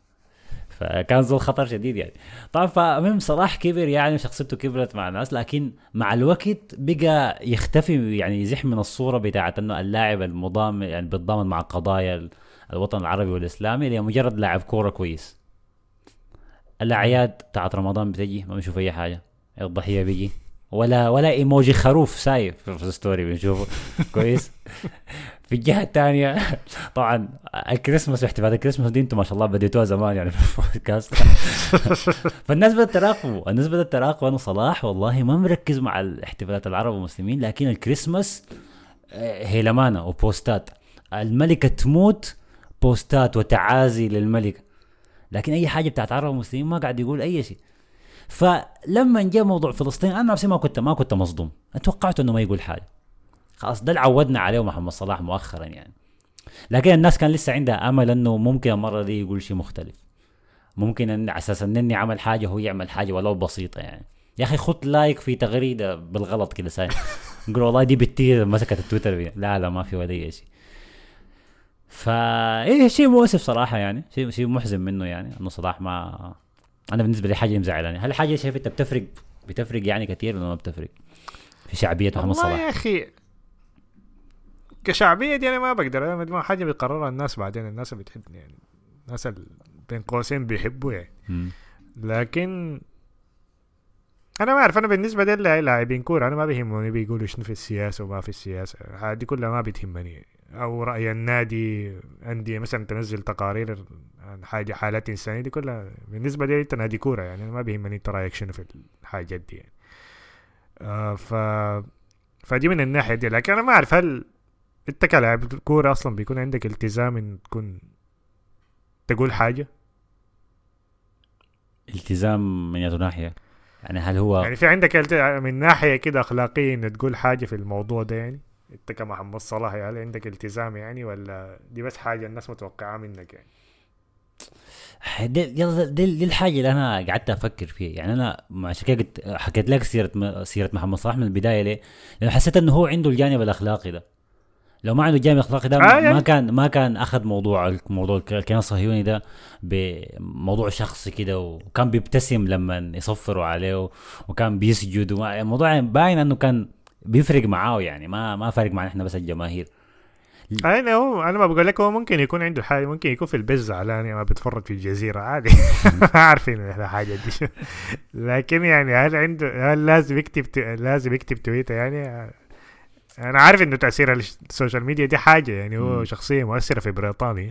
فكان ذو خطر شديد يعني. طبعا فمهم صلاح كبر يعني شخصيته كبرت مع الناس، لكن مع الوقت بقى يختفي يعني يزح من الصوره بتاعه انه اللاعب المضام يعني بيتضامن مع قضايا الوطن العربي والاسلامي لمجرد لاعب كوره كويس. الاعياد بتاعت رمضان بتجي ما بنشوف اي حاجه، الضحيه بيجي ولا ولا ايموجي خروف سايف في الستوري بنشوفه كويس. في الجهه الثانيه طبعا الكريسماس واحتفالات الكريسماس دي انتم ما شاء الله بديتوها زمان يعني في البودكاست. فالناس بدات تراقبوا الناس بدات تراقب انه صلاح والله ما مركز مع الاحتفالات العرب والمسلمين، لكن الكريسماس هيلمانه وبوستات، الملكه تموت بوستات وتعازي للملكه، لكن اي حاجه بتاعت عرب ومسلمين ما قاعد يقول اي شيء. فلما جاء موضوع فلسطين انا نفسي ما كنت ما كنت مصدوم، اتوقعت انه ما يقول حاجه خلاص، ده اللي عودنا عليه محمد صلاح مؤخرا يعني. لكن الناس كان لسه عندها امل انه ممكن المره دي يقول شيء مختلف، ممكن ان على اساس انني عمل حاجه هو يعمل حاجه ولو بسيطه يعني. يا اخي خد لايك في تغريده بالغلط كده ساي نقول والله دي بتطير مسكت التويتر بي. لا لا ما في ولا اي شيء. فا ايه شيء مؤسف صراحه يعني، شيء شيء محزن منه يعني انه صلاح ما، انا بالنسبه لي حاجه مزعلاني. هل حاجه شايف انت بتفرق بتفرق يعني كثير ولا ما بتفرق في شعبيه محمد صلاح؟ والله يا اخي كشعبيه دي انا ما بقدر، انا ما حاجه بيقررها الناس بعدين، الناس بتحبني يعني، الناس بين قوسين بيحبوا يعني م. لكن انا ما اعرف، انا بالنسبه لي لاعبين كوره انا ما بيهموني بيقولوا شنو في السياسه وما في السياسه، هذه كلها ما بتهمني، او راي النادي عندي مثلا تنزل تقارير عن حاجه حالات انسانيه دي كلها بالنسبه لي انت نادي كوره يعني، ما بيهمني انت رايك شنو في الحاجات دي يعني. آه ف فدي من الناحيه دي. لكن انا ما اعرف هل انت كلاعب كوره اصلا بيكون عندك التزام ان تكون تقول حاجه؟ التزام من اي ناحيه يعني؟ هل هو يعني في عندك من ناحيه كده اخلاقيه ان تقول حاجه في الموضوع ده يعني انت كمحمد صلاح يعني عندك التزام يعني، ولا دي بس حاجه الناس متوقعه منك يعني؟ دي, دي, دي الحاجه اللي انا قعدت افكر فيها يعني. انا عشان كده حكيت لك سيره سيره محمد صلاح من البدايه ليه؟ لانه حسيت انه هو عنده الجانب الاخلاقي ده. لو ما عنده الجانب الاخلاقي ده آه ما يعني. كان ما كان اخذ موضوع موضوع الكيان الصهيوني ده بموضوع شخصي كده، وكان بيبتسم لما يصفروا عليه وكان بيسجد، الموضوع باين انه كان بيفرق معاه يعني، ما ما فارق معنا احنا بس الجماهير. انا هو انا ما بقول لك هو ممكن يكون عنده حاجه، ممكن يكون في البيت زعلان يعني ما بيتفرج في الجزيره عادي عارفين الحاجه دي. لكن يعني هل عنده هل لازم يكتب لازم يكتب تويتر يعني؟ انا عارف انه تاثير السوشيال ميديا دي حاجه يعني هو شخصيه مؤثره في بريطانيا،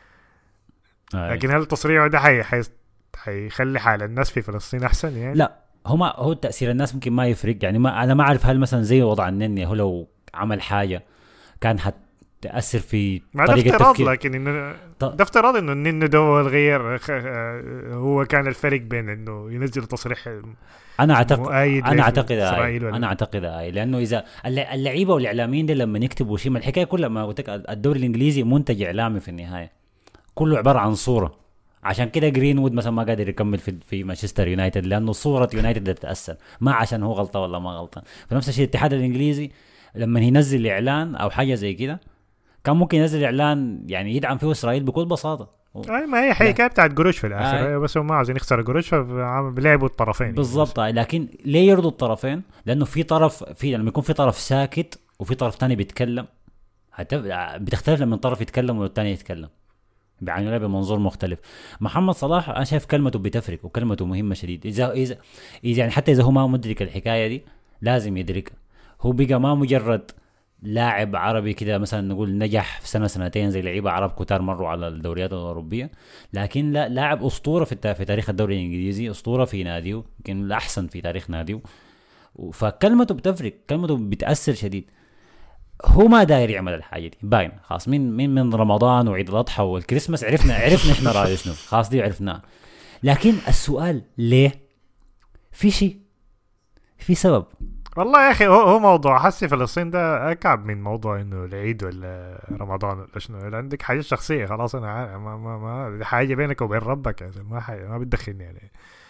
لكن هل تصريحه ده حي حي حيخلي حال الناس في فلسطين احسن يعني؟ لا هما هو تاثير الناس ممكن ما يفرق يعني. ما انا ما اعرف هل مثلا زي وضع النني هو لو عمل حاجه كان حتاثر في طريقه التفكير. لكن انه ده افتراض انه النني ده هو الغير هو كان الفرق بين انه ينزل تصريح. انا اعتقد انا اعتقد انا اعتقد اي لانه اذا اللعيبه والاعلاميين دي لما يكتبوا شيء، ما الحكايه كلها ما قلت لك الدوري الانجليزي منتج اعلامي في النهايه، كله عباره عن صوره. عشان كده جرينوود مثلا ما قادر يكمل في في مانشستر يونايتد لانه صوره يونايتد تتاثر، ما عشان هو غلطان ولا ما غلطان. فنفس الشيء الاتحاد الانجليزي لما ينزل اعلان او حاجه زي كده كان ممكن ينزل اعلان يعني يدعم فيه اسرائيل بكل بساطه. اي ما هي حكايه بتاعت قروش في الاخر آه. بس هم ما عاوزين يخسروا قروش فبيلعبوا الطرفين بالضبط. لكن ليه يرضوا الطرفين؟ لانه في طرف في لما يكون في طرف ساكت وفي طرف تاني بيتكلم بتختلف لما طرف يتكلم والتاني يتكلم، بيعني له بمنظور مختلف. محمد صلاح انا شايف كلمته بتفرق وكلمته مهمه شديد. اذا اذا اذا يعني حتى اذا هو ما مدرك الحكايه دي لازم يدركها. هو بقى ما مجرد لاعب عربي كده مثلا نقول نجح في سنه سنتين زي لعيبه عرب كتار مروا على الدوريات الاوروبيه، لكن لا لاعب اسطوره في في تاريخ الدوري الانجليزي، اسطوره في ناديه، يمكن الاحسن في تاريخ ناديه. فكلمته بتفرق، كلمته بتاثر شديد. هو ما داير يعمل الحاجه دي باين خلاص. من من من رمضان وعيد الاضحى والكريسماس عرفنا عرفنا احنا رايه شنو خلاص دي عرفناه. لكن السؤال ليه؟ في شيء في سبب والله يا اخي. هو هو موضوع حسي فلسطين ده اكعب من موضوع انه العيد ولا رمضان ولا شنو. عندك حاجه شخصيه خلاص. انا ما ما ما حاجه بينك وبين ربك يعني ما حاجة ما بتدخلني يعني.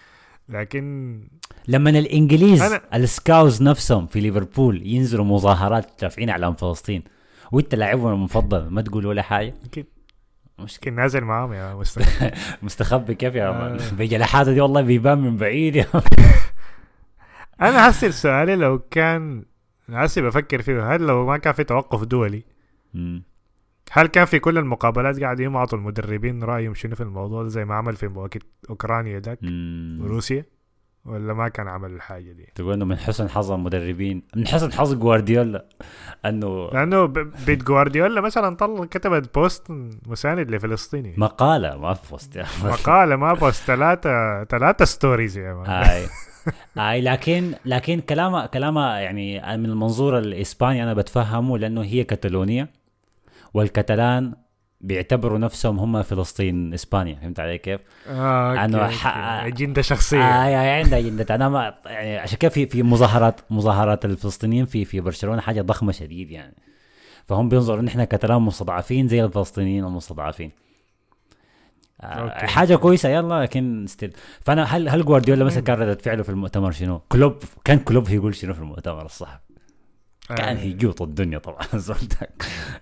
لكن لما الانجليز أنا... السكاوز نفسهم في ليفربول ينزلوا مظاهرات رافعين على فلسطين وانت لاعبهم المفضل ما تقول ولا حاجه، يمكن مشكل نازل معاهم يا مستخبي مستخبي كيف يا آه. بيجي لحاله دي والله بيبان من بعيد يا انا هسأل سؤالي لو كان هسي بفكر فيه، هل لو ما كان في توقف دولي م. هل كان في كل المقابلات قاعد يعطوا المدربين رأيهم شنو في الموضوع ده زي ما عمل في وقت أوكرانيا داك وروسيا، ولا ما كان عمل الحاجة دي؟ تقول إنه من حسن حظ المدربين، من حسن حظ جوارديولا إنه لأنه بيت جوارديولا مثلا طلع كتبت بوست مساند لفلسطيني، مقالة ما في بوست مقالة ما بوست ثلاثة ثلاثة ستوريز يا مان. آي آي لكن لكن كلامه كلامه يعني من المنظور الإسباني أنا بتفهمه لأنه هي كتالونيا والكتالان بيعتبروا نفسهم هم فلسطين اسبانيا. فهمت علي كيف؟ اه انه اجنده شخصيه. اه يعني عنده اجنده. انا ما يعني عشان كده في في مظاهرات مظاهرات الفلسطينيين في في برشلونه حاجه ضخمه شديد يعني. فهم بينظروا ان احنا كتالان مستضعفين زي الفلسطينيين المستضعفين. آه حاجه كويسه يلا لكن ستيل. فانا هل هل جوارديولا مثلا كان ردة فعله في المؤتمر شنو؟ كلوب كان كلوب يقول شنو في المؤتمر الصحفي؟ كان هيجوط الدنيا طبعا زولتك.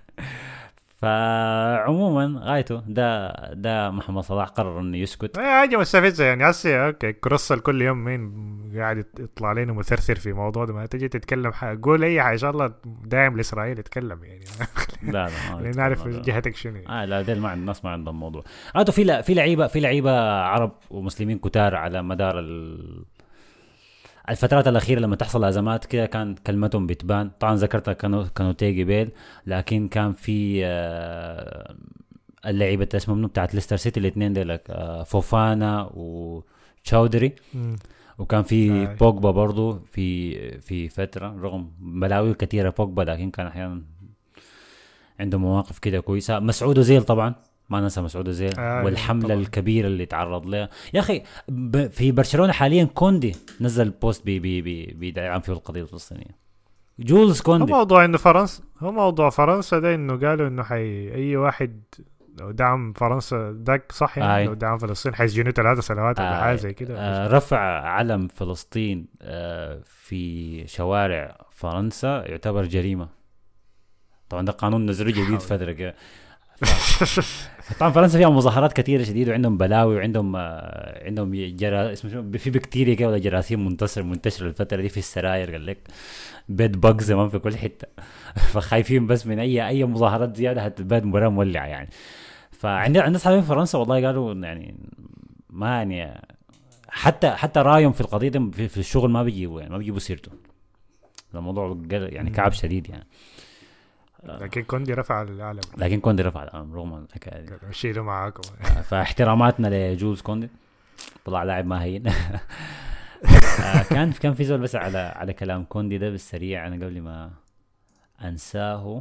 فعموما غايته ده ده محمد صلاح قرر انه يسكت. اي حاجه مستفزه يعني. هسه اوكي كرسل كل يوم مين قاعد يطلع لنا مثرثر في موضوع ده، ما تجي تتكلم حاجه قول اي حاجه ان شاء الله داعم لاسرائيل يتكلم يعني. لا لا نعرف جهتك شنو. اه لا ديل ما الناس ما عندهم موضوع. عادوا في في لعيبه في لعيبه عرب ومسلمين كتار على مدار ال الفترات الأخيرة لما تحصل أزمات كده كان كلمتهم بتبان. طبعا ذكرتها كانوا كانوا تيجي بيل، لكن كان في اللعيبة اسمهم منو بتاعت ليستر سيتي الاثنين ديلك فوفانا وتشاودري، وكان في بوجبا برضو في في فترة رغم بلاوي كثيرة بوجبا، لكن كان أحيانا عنده مواقف كده كويسة. مسعود أوزيل طبعا ما ننسى مسعود أوزيل آه والحملة طبعا. الكبيرة اللي تعرض لها يا أخي ب... في برشلونة حاليا. كوندي نزل بوست بي بي بي بيدعم فيه القضية الفلسطينية. جولز كوندي. هو موضوع إنه فرنسا هو موضوع فرنسا ده إنه قالوا إنه حي أي واحد لو دعم فرنسا داك صح يعني آه. لو دعم فلسطين حيسجنوا ثلاثة سنوات ولا حاجة زي كده. آه رفع علم فلسطين آه في شوارع فرنسا يعتبر جريمة. طبعا ده قانون نزلوه جديد فترة كده. طبعا فرنسا فيها مظاهرات كثيرة شديد وعندهم بلاوي وعندهم آه عندهم جرا اسمه في بكتيريا كده ولا جراثيم منتشر منتشر الفترة دي في السراير. قال لك بيد باجز زمان في كل حتة. فخايفين بس من أي أي مظاهرات زيادة هتباد مباراة مولعة يعني. فعندنا عندنا أصحابين في فرنسا والله قالوا يعني ما يعني حتى حتى رأيهم في القضية في, في الشغل ما بيجيبوا يعني ما بيجيبوا سيرته. الموضوع يعني كعب شديد يعني. لكن كوندي رفع العالم لكن كوندي رفع العالم رغم الحكايه دي. شيله معاكم. فاحتراماتنا لجولز كوندي طلع لاعب ما هين. كان كان في زول بس على على كلام كوندي ده بالسريع انا قبل ما انساه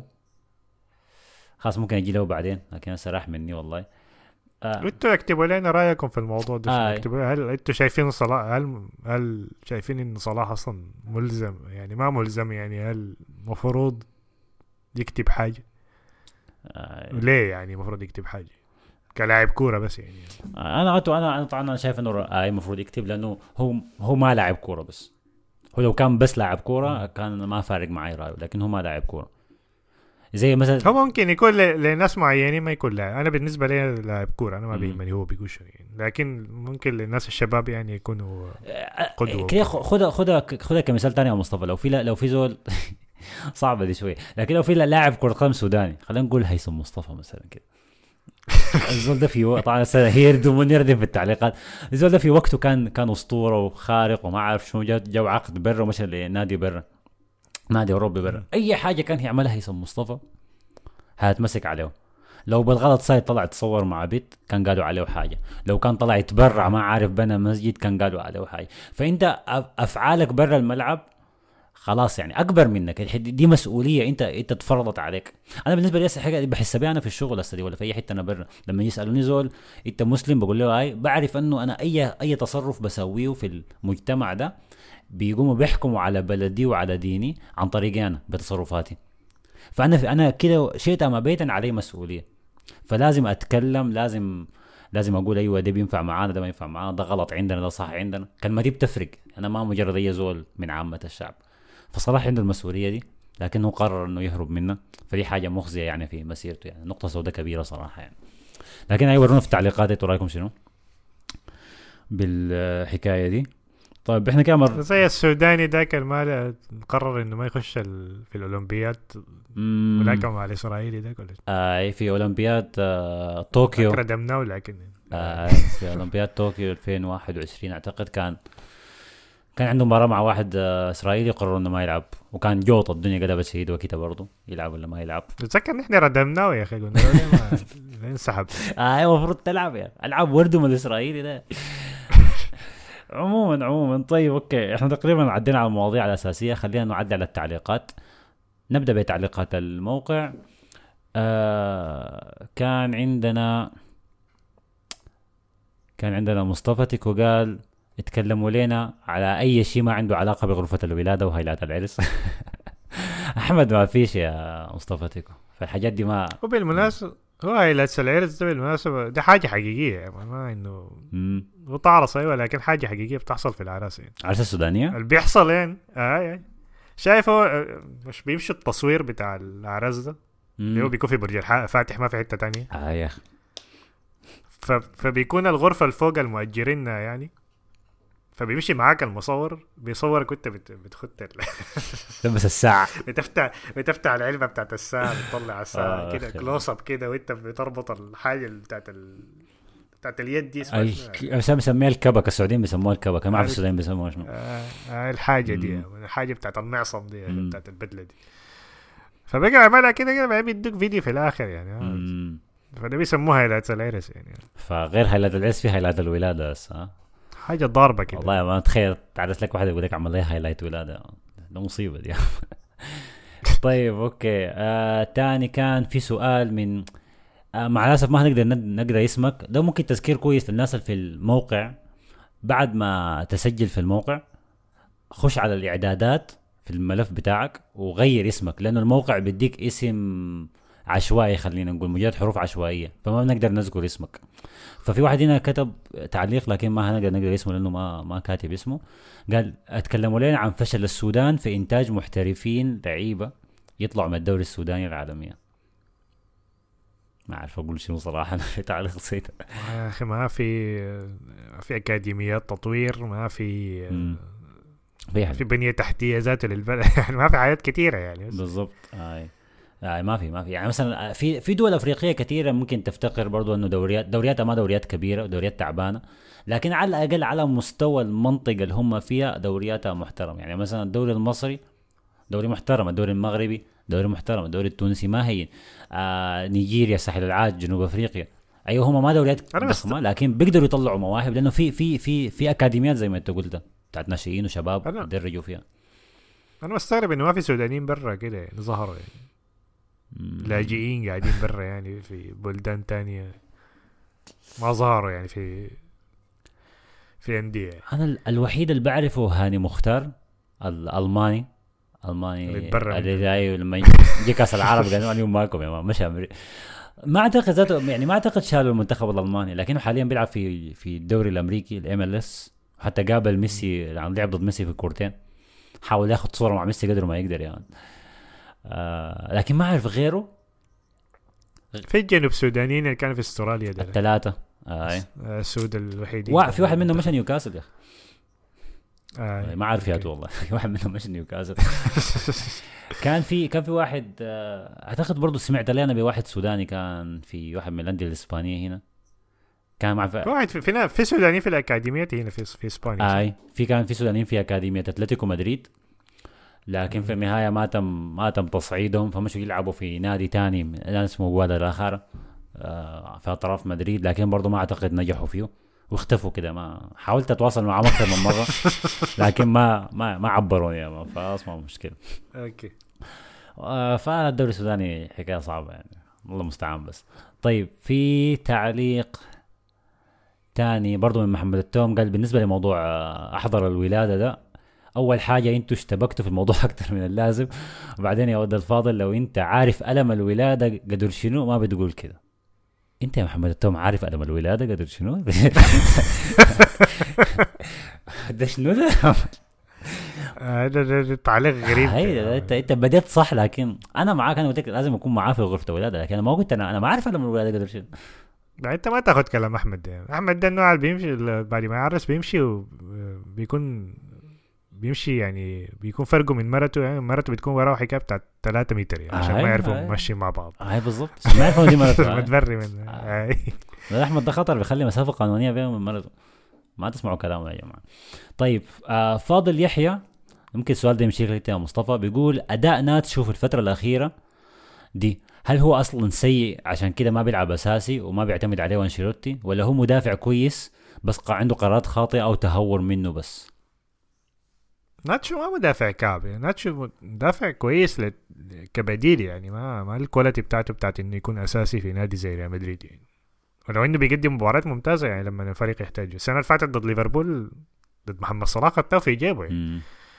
خلاص ممكن اجي له بعدين لكن سرح مني والله. آه. انتوا اكتبوا لنا رايكم في الموضوع ده. آه. اكتبوا هل انتوا شايفين صلاح هل هل شايفين ان صلاح اصلا ملزم يعني ما ملزم يعني هل مفروض يكتب حاجه آه. ليه يعني مفروض يكتب حاجه كلاعب كوره بس يعني. آه. انا انا انا طبعا شايف انه آه المفروض يكتب لانه هو هو ما لاعب كوره بس هو لو كان بس لاعب كوره كان ما فارق معي رايه لكن هو ما لاعب كوره زي مثلا هو ممكن يكون لناس معينين ما يكون لاعب. انا بالنسبه لي لاعب كوره انا ما بيهمني هو بيقول شنو يعني. لكن ممكن للناس الشباب يعني يكونوا قدوه. كده خدها خدها خدها كمثال ثاني يا مصطفى. لو في لو في زول صعبه دي شويه لكن لو في لاعب كره قدم سوداني خلينا نقول هيثم مصطفى مثلا كده. الزول ده في وقت طبعا هيردم ونردم في التعليقات. الزول ده في وقته كان كان اسطوره وخارق وما اعرف شنو جا جو عقد برا ومشى لنادي برا نادي اوروبي برا. اي حاجه كان يعملها هيثم مصطفى هتمسك عليه. لو بالغلط صاير طلع تصور مع بيت كان قالوا عليه حاجه. لو كان طلع يتبرع ما عارف بنى مسجد كان قالوا عليه حاجه. فانت افعالك برا الملعب خلاص يعني اكبر منك. دي مسؤوليه انت انت تفرضت عليك. انا بالنسبه لي حاجه بحس بيها انا في الشغل استدي ولا في اي حته انا برا لما يسالوني زول انت مسلم بقول له اي بعرف انه انا اي اي تصرف بسويه في المجتمع ده بيقوموا بيحكموا على بلدي وعلى ديني عن طريقي انا بتصرفاتي. فانا انا كده شئت ما بيتا علي مسؤوليه. فلازم اتكلم لازم لازم اقول ايوه ده بينفع معانا ده ما ينفع معانا ده غلط عندنا ده صح عندنا. كلمه دي بتفرق. انا ما مجرد اي زول من عامه الشعب. فصلاح عنده المسؤوليه دي لكنه قرر انه يهرب منها. فدي حاجه مخزيه يعني في مسيرته يعني نقطه سوداء كبيره صراحه يعني. لكن ايوه ورونا في التعليقات انتوا رايكم شنو بالحكايه دي. طيب احنا كامر زي السوداني ذاك المال قرر انه ما يخش ال... في الاولمبياد ولكن مع الاسرائيلي ذاك ولا اي في اولمبياد آه... طوكيو ردمناه لكن آه... في اولمبياد طوكيو ألفين وواحد وعشرين اعتقد كان كان عنده مباراه مع واحد آه... اسرائيلي قرروا انه ما يلعب وكان جوط الدنيا قلبت شهيد وكده برضه يلعب ولا ما يلعب. تذكر نحن ردمناه يا اخي قلنا له ما انسحب. اه المفروض تلعب يا العاب وردم الاسرائيلي ده. عموما عموما طيب اوكي احنا تقريبا عدينا على المواضيع الاساسيه. خلينا نعدي على التعليقات. نبدا بتعليقات الموقع. آه كان عندنا كان عندنا مصطفى تيكو قال اتكلموا لنا على اي شيء ما عنده علاقه بغرفه الولاده وهيلات العرس. احمد ما فيش يا مصطفى تيكو فالحاجات دي ما. وبالمناسبه هو هيلات العرس ده بالمناسبه ده حاجه حقيقيه يعني ما انه وتعرص ايوه لكن حاجه حقيقيه بتحصل في العراس يعني. العراس السودانيه اللي بيحصل يعني اه يعني شايف هو مش بيمشي التصوير بتاع العراس ده اللي هو بيكون في برج الفاتح ما في حته تانية اه يا اخي. فبيكون الغرفه اللي فوق المؤجرين يعني فبيمشي معاك المصور بيصورك وانت بت... بتخت بس الساعه بتفتح بتفتح العلبه بتاعت الساعه بتطلع الساعه آه كده كلوز اب كده وانت بتربط الحاجه بتاعت ال... بتاعت اليد دي اسمها اي بسميها الكبك. السعوديين بيسموها الكبك ما اعرف السودانيين بيسموها شنو. آه الحاجه دي الحاجه بتاعت المعصم دي مم. بتاعت البدله دي. فبقى عملها كده كده بيدوك فيديو في الاخر يعني آه. فده بيسموها هيلات العرس يعني. فغير هيلات العرس في هيلات الولاده بس ها حاجه ضاربه كده. والله ما تخيل تعرس لك واحد يقول لك عمل لي هايلايت ولاده ده مصيبه دي. طيب اوكي آه تاني كان في سؤال من آه مع الاسف ما هنقدر نقرا اسمك. ده ممكن تذكير كويس للناس اللي في الموقع. بعد ما تسجل في الموقع خش على الاعدادات في الملف بتاعك وغير اسمك لانه الموقع بيديك اسم عشوائي خلينا نقول مجرد حروف عشوائيه فما بنقدر نذكر اسمك. ففي واحد هنا كتب تعليق لكن ما هنقدر نقدر اسمه لانه ما ما كاتب اسمه. قال اتكلموا لنا عن فشل السودان في انتاج محترفين لعيبه يطلعوا من الدوري السوداني العالميه. ما اعرف اقول شنو صراحه في تعليق سيد يا اخي ما في في اكاديميات تطوير ما في ما في بنيه تحتيه ذات للبلد يعني ما في حاجات كثيره يعني بالضبط. هاي آه ما في ما في يعني مثلا في في دول افريقيه كثيره ممكن تفتقر برضو انه دوريات دورياتها ما دوريات كبيره ودوريات تعبانه لكن على الاقل على مستوى المنطقه اللي هم فيها دورياتها محترمه. يعني مثلا الدوري المصري دوري محترم. الدوري المغربي دوري محترم، الدوري التونسي ما هي آه نيجيريا، ساحل العاج، جنوب افريقيا، ايوه هم ما دوريات ضخمه لكن بيقدروا يطلعوا مواهب لانه في في في في اكاديميات زي ما انت قلت بتاعت ناشئين وشباب يدرجوا فيها. انا مستغرب انه ما في سودانيين برا كده يعني ظهروا يعني لاجئين قاعدين برا يعني في بلدان تانية ما ظهروا يعني في في انديه. انا الوحيد اللي بعرفه هاني مختار الالماني الماني اللي جاي لما يجي كاس العرب قالوا اليوم ماكم يا مش امريكا. ما اعتقد ذاته يعني ما اعتقد شالوا المنتخب الالماني لكنه حاليا بيلعب في في الدوري الامريكي الام ال اس، حتى قابل ميسي عم لعب ضد ميسي في الكورتين، حاول ياخد صوره مع ميسي قدر ما يقدر يعني. آه لكن ما اعرف غيره. في الجنوب السودانيين اللي كانوا في استراليا ده الثلاثه آه السود الوحيدين في واحد منهم مش نيوكاسل يا اخي. آه ما عارف يا والله واحد منهم مش نيوكاسل. كان في كان في واحد اعتقد برضو سمعت لي انا بواحد سوداني كان في واحد من الانديه الاسبانيه هنا كان مع واحد في في, في سوداني في الاكاديميات هنا في في اسبانيا. اي في كان في سودانيين في اكاديميه اتلتيكو مدريد لكن م. في النهايه ما تم ما تم تصعيدهم فمشوا يلعبوا في نادي تاني اسمه جوادالاخارا في اطراف مدريد لكن برضو ما اعتقد نجحوا فيه واختفوا كده. ما حاولت اتواصل معهم اكثر من مره لكن ما ما ما عبروني يعني فاصلا مشكله. اوكي آه فالدوري السوداني حكايه صعبه يعني الله المستعان. بس طيب في تعليق تاني برضو من محمد التوم قال بالنسبه لموضوع احضر الولاده ده، اول حاجه انتوا اشتبكتوا في الموضوع اكتر من اللازم، وبعدين يا ولد الفاضل لو انت عارف الم الولاده قدر شنو ما بتقول كده. انت يا محمد التوم عارف الم الولاده قدر شنو؟ ده شنو ده؟ هذا تعليق غريب. هي انت انت بديت صح لكن انا معاك، انا قلت لازم اكون معاه في غرفه الولاده لكن انا ما قلت انا انا ما عارف الم الولاده قدر شنو. لا انت ما تاخذ كلام احمد ده. احمد ده النوع اللي بيمشي بعد ما يعرس بيمشي وبيكون بيمشي يعني بيكون فرقه من مرته يعني مرته بتكون وراه حكايه بتاعت ثلاثة متر يعني عشان ما يعرفوا ماشيين مع بعض. هاي بالضبط ما يعرفوا دي مرته متبري منها. احمد ده خطر بيخلي مسافه قانونيه بينهم من مرته. ما تسمعوا كلامه يا جماعه. طيب آه فاضل يحيى ممكن السؤال ده يمشي لك يا مصطفى، بيقول اداء ناتشو في الفتره الاخيره دي هل هو اصلا سيء عشان كده ما بيلعب اساسي وما بيعتمد عليه انشيلوتي، ولا هو مدافع كويس بس عنده قرارات خاطئه او تهور منه بس؟ ناتشو ما مدافع كعب، ناتشو مدافع كويس ل... كبديل يعني ما ما الكواليتي بتاعته بتاعت انه يكون اساسي في نادي زي ريال مدريد يعني، ولو انه بيقدم مباريات ممتازه يعني لما الفريق يحتاجه. السنه اللي فاتت ضد ليفربول ضد محمد صلاح خدته في جيبه يعني.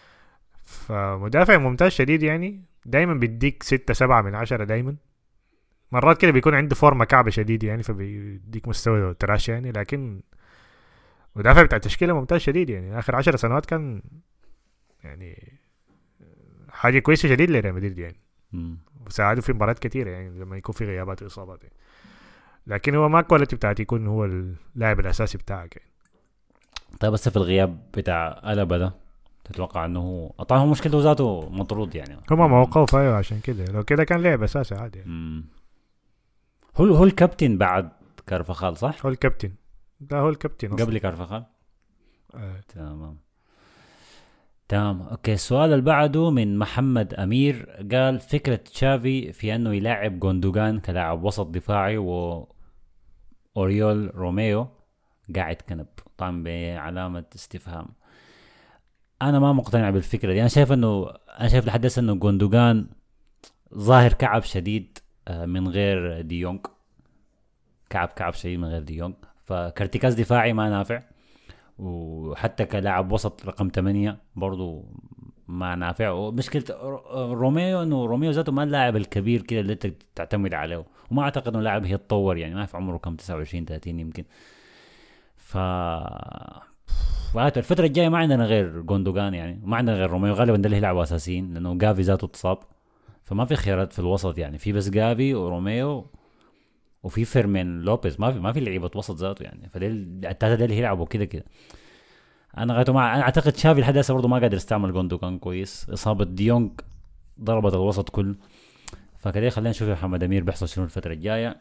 فمدافع ممتاز شديد يعني، دايما بيديك ستة سبعة من عشرة دايما. مرات كده بيكون عنده فورمه كعبه شديد يعني فبيديك مستوى تراش يعني، لكن مدافع بتاع تشكيله ممتاز شديد يعني. اخر عشر سنوات كان يعني حاجه كويسه شديد لريال مدريد يعني، وساعدوا في مباريات كتيره يعني لما يكون في غيابات واصابات يعني. لكن هو ما كواليتي بتاعته يكون هو اللاعب الاساسي بتاعك يعني. طيب بس في الغياب بتاع ألابا ده تتوقع انه هو طبعا هو مشكلته ذاته مطرود يعني، هما موقعوا ايوه عشان كده، لو كده كان لعب اساسي عادي يعني. هو هو الكابتن بعد كارفخال صح؟ هو الكابتن ده هو الكابتن قبل كارفخال. آه. تمام تمام اوكي. السؤال اللي بعده من محمد امير قال فكره تشافي في انه يلاعب جوندوغان كلاعب وسط دفاعي و اوريول روميو قاعد كنب، طبعا بعلامه استفهام. انا ما مقتنع بالفكره دي. انا شايف انه انا شايف لحد هسه انه جوندوغان ظاهر كعب شديد من غير ديونج، كعب كعب شديد من غير ديونج، فكارتيكاز دفاعي ما نافع، وحتى كلاعب وسط رقم ثمانية برضو ما نافع. ومشكلة روميو انه روميو ذاته ما اللاعب الكبير كده اللي انت تعتمد عليه، وما اعتقد انه لاعب يتطور يعني، ما في عمره كم تسعة وعشرين ثلاثين يمكن. ف الفترة الجاية ما عندنا غير جوندوغان يعني، وما عندنا غير روميو، غالبا ده اللي يلعبوا اساسيين لانه جافي ذاته اتصاب، فما في خيارات في الوسط يعني. في بس جافي وروميو وفي فيرمين لوبيز، ما في ما في لعيبه وسط ذاته يعني، فديل الثلاثه ديل يلعبوا كده كده. انا غايته مع انا اعتقد شافي لحد هسه برضه ما قادر يستعمل جوندوغان كويس، اصابه ديونج ضربت الوسط كله. فكده خلينا نشوف يا محمد امير بيحصل شنو الفتره الجايه.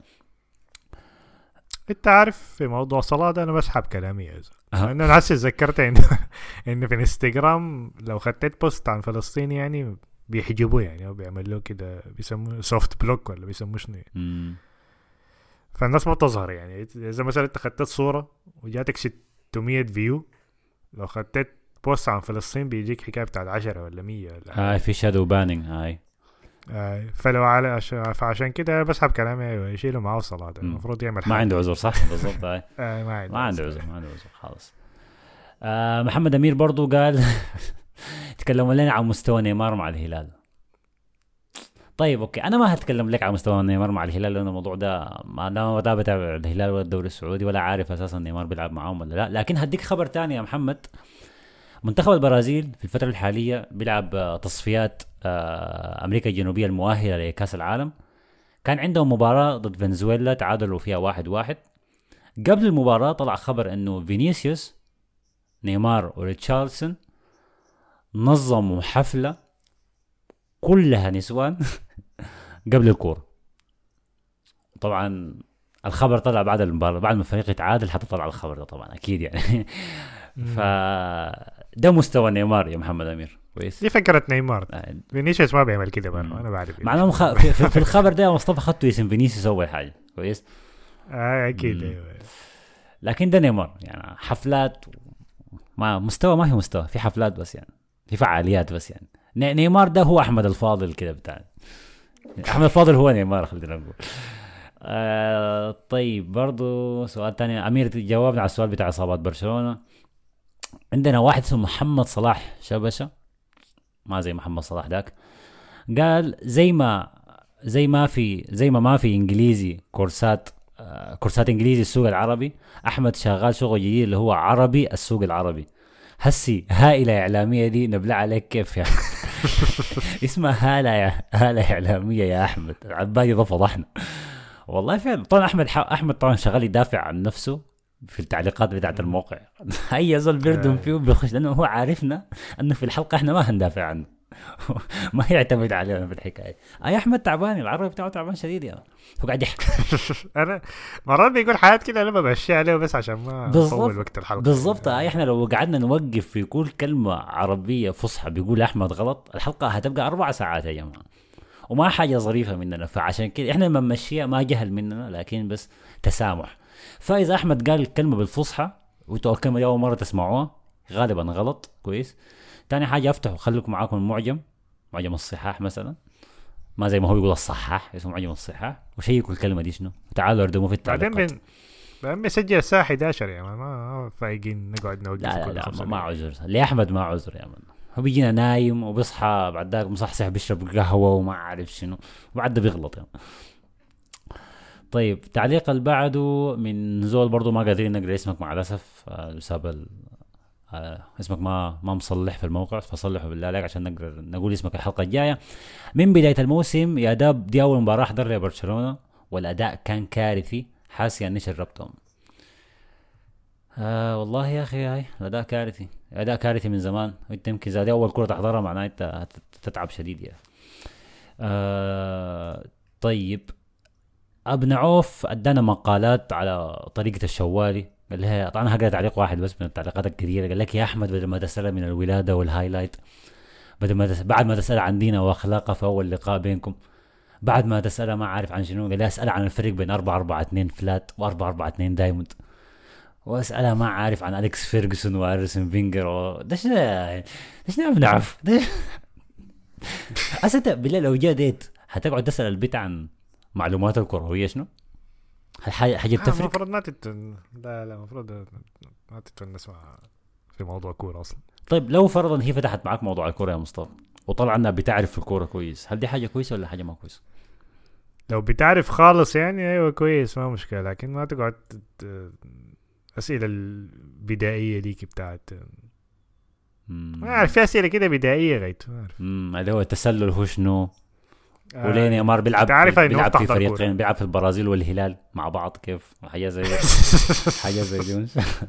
انت عارف في موضوع صلاة ده انا بسحب كلامي يا زلمه، انا حاسس ذكرت ان ان في انستغرام لو خدت بوست عن فلسطين يعني بيحجبوه يعني او بيعملوا كده بيسموه سوفت بلوك ولا بيسموه شنو. فالناس ما تظهر يعني. اذا مثلا انت خدت صوره وجاتك ستمية فيو، لو خدت بوست عن فلسطين بيجيك حكايه بتاعت عشرة ولا مية ولا هاي في شادو بانينج هاي. آه فلو على عش... فعشان كده بسحب كلامي. ايوه يشيله معه الصلاة، المفروض يعمل ما عنده عذر. صح بالضبط. هاي آه ما عنده ما عنده عذر ما عنده عذر خالص. آه محمد أمير برضو قال تكلموا لنا عن مستوى نيمار مع الهلال. طيب اوكي انا ما هتكلم لك عن مستوى نيمار مع الهلال لانه الموضوع ده ما انا ما بتابع الهلال ولا الدوري السعودي ولا عارف اساسا نيمار بيلعب معاهم ولا لا. لكن هديك خبر تاني يا محمد. منتخب البرازيل في الفترة الحالية بيلعب تصفيات أمريكا الجنوبية المؤهلة لكأس العالم. كان عندهم مباراة ضد فنزويلا تعادلوا فيها واحد واحد. قبل المباراة طلع خبر أنه فينيسيوس نيمار وريتشارلسون نظموا حفلة كلها نسوان قبل الكورة. طبعا الخبر طلع بعد المباراة بعد ما الفريق يتعادل حتى طلع الخبر ده طبعا أكيد يعني. ف ده مستوى نيمار يا محمد أمير. كويس. دي فكرة نيمار. آه. فينيسيوس ما بيعمل كده برضه. أنا بعرف. معناه مخ... في, في الخبر ده مصطفى خدته اسم فينيسيوس أول حاجة. كويس. آه أكيد. أيوة. لكن ده نيمار يعني حفلات ما مستوى ما في مستوى في حفلات بس يعني في فعاليات بس يعني. نيمار ده هو أحمد الفاضل كده بتاع. أحمد الفاضل هو نيمار خلينا نقول. آه طيب برضو سؤال تاني. أمير جاوبنا على السؤال بتاع إصابات برشلونة. عندنا واحد اسمه محمد صلاح شبشة ما زي محمد صلاح داك. قال زي ما زي ما في زي ما ما في إنجليزي كورسات آه كورسات إنجليزي السوق العربي. أحمد شغال شغل جديد اللي هو عربي السوق العربي. هسي هائلة إعلامية دي نبلع عليك كيف يعني. اسمها هالة هالة إعلامية يا أحمد عبادي ضفة ضحنا والله فعلا. طبعا أحمد أحمد طبعا شغال يدافع عن نفسه في التعليقات بتاعت الموقع. أي زول بيردم فيه بيخش لأنه هو عارفنا أنه في الحلقة إحنا ما هندافع عنه. ما يعتمد علينا في الحكاية. أي أحمد تعبان العربي بتاعه تعبان شديد يعني. هو قاعد يحكي. أنا مرات بيقول حاجات كده أنا بمشي عليه بس عشان ما أطول وقت الحلقة. بالضبط. أي إحنا لو قعدنا نوقف في كل كلمة عربية فصحى بيقول أحمد غلط الحلقة هتبقى أربع ساعات يا جماعة. وما حاجة ظريفة مننا. فعشان كده إحنا ما نمشيها ما جهل مننا لكن بس تسامح. فإذا أحمد قال الكلمة بالفصحى وانتوا الكلمة دي أول مرة تسمعوها غالبا غلط. كويس. تاني حاجة افتحوا خليكم معاكم المعجم معجم الصحاح مثلا ما زي ما هو يقول الصحاح اسمه معجم الصحاح وشيكوا الكلمة دي شنو وتعالوا اردموا في التعليقات. بعدين بن بسجل الساعة إحدى عشر يعني ما فايقين نقعد نوقف. لا لا, لا ما عذر لأحمد ما عذر يا من. هو بيجينا نايم وبيصحى بعد ذاك مصحصح بيشرب قهوة وما عارف شنو وبعد بيغلط يعني. طيب تعليق اللي بعده من زول برضو ما قادرين نقرأ اسمك مع الأسف بسبب ال... آه اسمك ما ما مصلح في الموقع فصلحه بالله عليك عشان نقدر نقول اسمك الحلقة الجاية. من بداية الموسم يا داب دي أول مباراة أحضر لبرشلونة والأداء كان كارثي حاسس أني شربتهم. آه والله يا أخي هاي الأداء كارثي أداء كارثي من زمان. وأنت يمكن زي أول كرة تحضرها معناه أنت تتعب شديد يعني. آه طيب ابن عوف ادانا مقالات على طريقه الشوالي اللي هي طبعا هقرا تعليق واحد بس من التعليقات الكثيره. قال لك يا احمد بدل ما تسال من الولاده والهايلايت بدل ما تس... بعد ما تسال عن دينه واخلاقه في اول لقاء بينكم بعد ما تسال ما عارف عن شنو قال لي اسال عن الفرق بين أربعة أربعة اثنين فلات و4 أربعة اثنين دايموند واسالها ما عارف عن أليكس فيرغسون وارسن فينجر و... ده شنو ده شنو ابن عوف اسد بالله لو جا ديت هتقعد تسال البيت عن معلومات الكروية شنو؟ حاجة حاجة بتفرق؟ المفروض ما تتن لا لا المفروض ما تتونس مع في موضوع كورة أصلا. طيب لو فرضا هي فتحت معك موضوع الكورة يا مصطفى وطلع انها بتعرف في الكورة كويس هل دي حاجة كويسة ولا حاجة ما كويسة؟ لو بتعرف خالص يعني ايوه كويس ما مشكلة لكن ما تقعد أسئلة البدائية ديك بتاعت ما أعرف في أسئلة كده بدائية غيت ما أعرف. امم هذا هو التسلل هو شنو؟ ولين نيمار بيلعب بيلعب في فريقين بيلعب في البرازيل والهلال مع بعض كيف حاجه زي حاجه زي دي.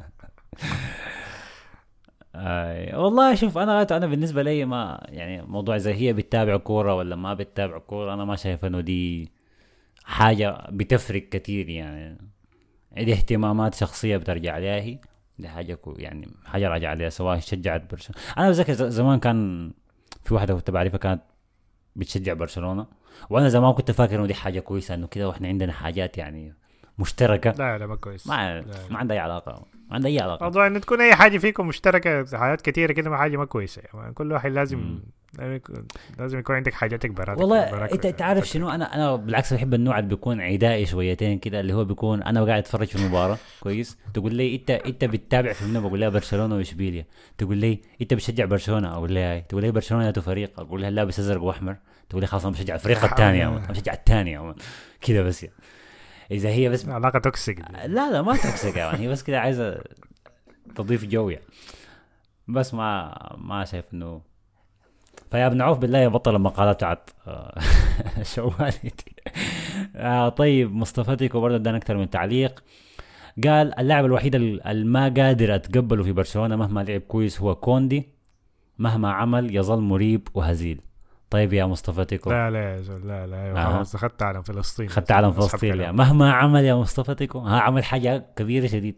اي والله شوف انا انا بالنسبه لي ما يعني موضوع زي هي بتتابع كوره ولا ما بتتابع كوره انا ما شايف انه دي حاجه بتفرق كتير يعني. دي اهتمامات شخصيه بترجع لها هي دي حاجه يعني حاجه راجع عليها سواء شجعت برشلونه. انا بذكر زمان كان في واحده كنت بعرفها كانت بتشجع برشلونه، وانا زمان كنت فاكر انه دي حاجه كويسه انه كده واحنا عندنا حاجات يعني مشتركه. لا لا ما كويس، ما لا. ما عندها اي علاقه، ما عندها اي علاقه. موضوع ان تكون اي حاجه فيكم مشتركه حاجات كثيره كده ما حاجه ما كويسه يعني. كل واحد لازم مم. لازم يكون عندك حاجاتك براتك. والله انت تعرف شنو، انا انا بالعكس بحب النوع اللي بيكون عدائي شويتين كده، اللي هو بيكون انا قاعد اتفرج في المباراه كويس، تقول لي انت انت بتتابع في منو، بقول لها برشلونه واشبيليا، تقول لي انت بتشجع برشلونه، اقول لها هاي، تقول لي برشلونه تو فريق، اقول لها لابس ازرق واحمر، تقول لي خلاص انا بشجع الفريق الثاني، انا بشجع الثاني كده بس يعني. اذا هي بس علاقه توكسيك. لا لا ما توكسيك يعني، هي بس كده عايزه تضيف جو يعني، بس ما ما شايف انه. فيا ابن عوف بالله يبطل المقالات بتاعت شوالتي. آه طيب مصطفى تيكو برضه ادانا اكثر من تعليق، قال اللاعب الوحيد اللي ما قادر اتقبله في برشلونه مهما لعب كويس هو كوندي، مهما عمل يظل مريب وهزيل. طيب يا مصطفى تيكو، لا لا يا زول لا لا خلاص اخذت علم فلسطين، خدت علم فلسطين يعني. مهما عمل يا مصطفى تيكو، ها عمل حاجه كبيره شديد.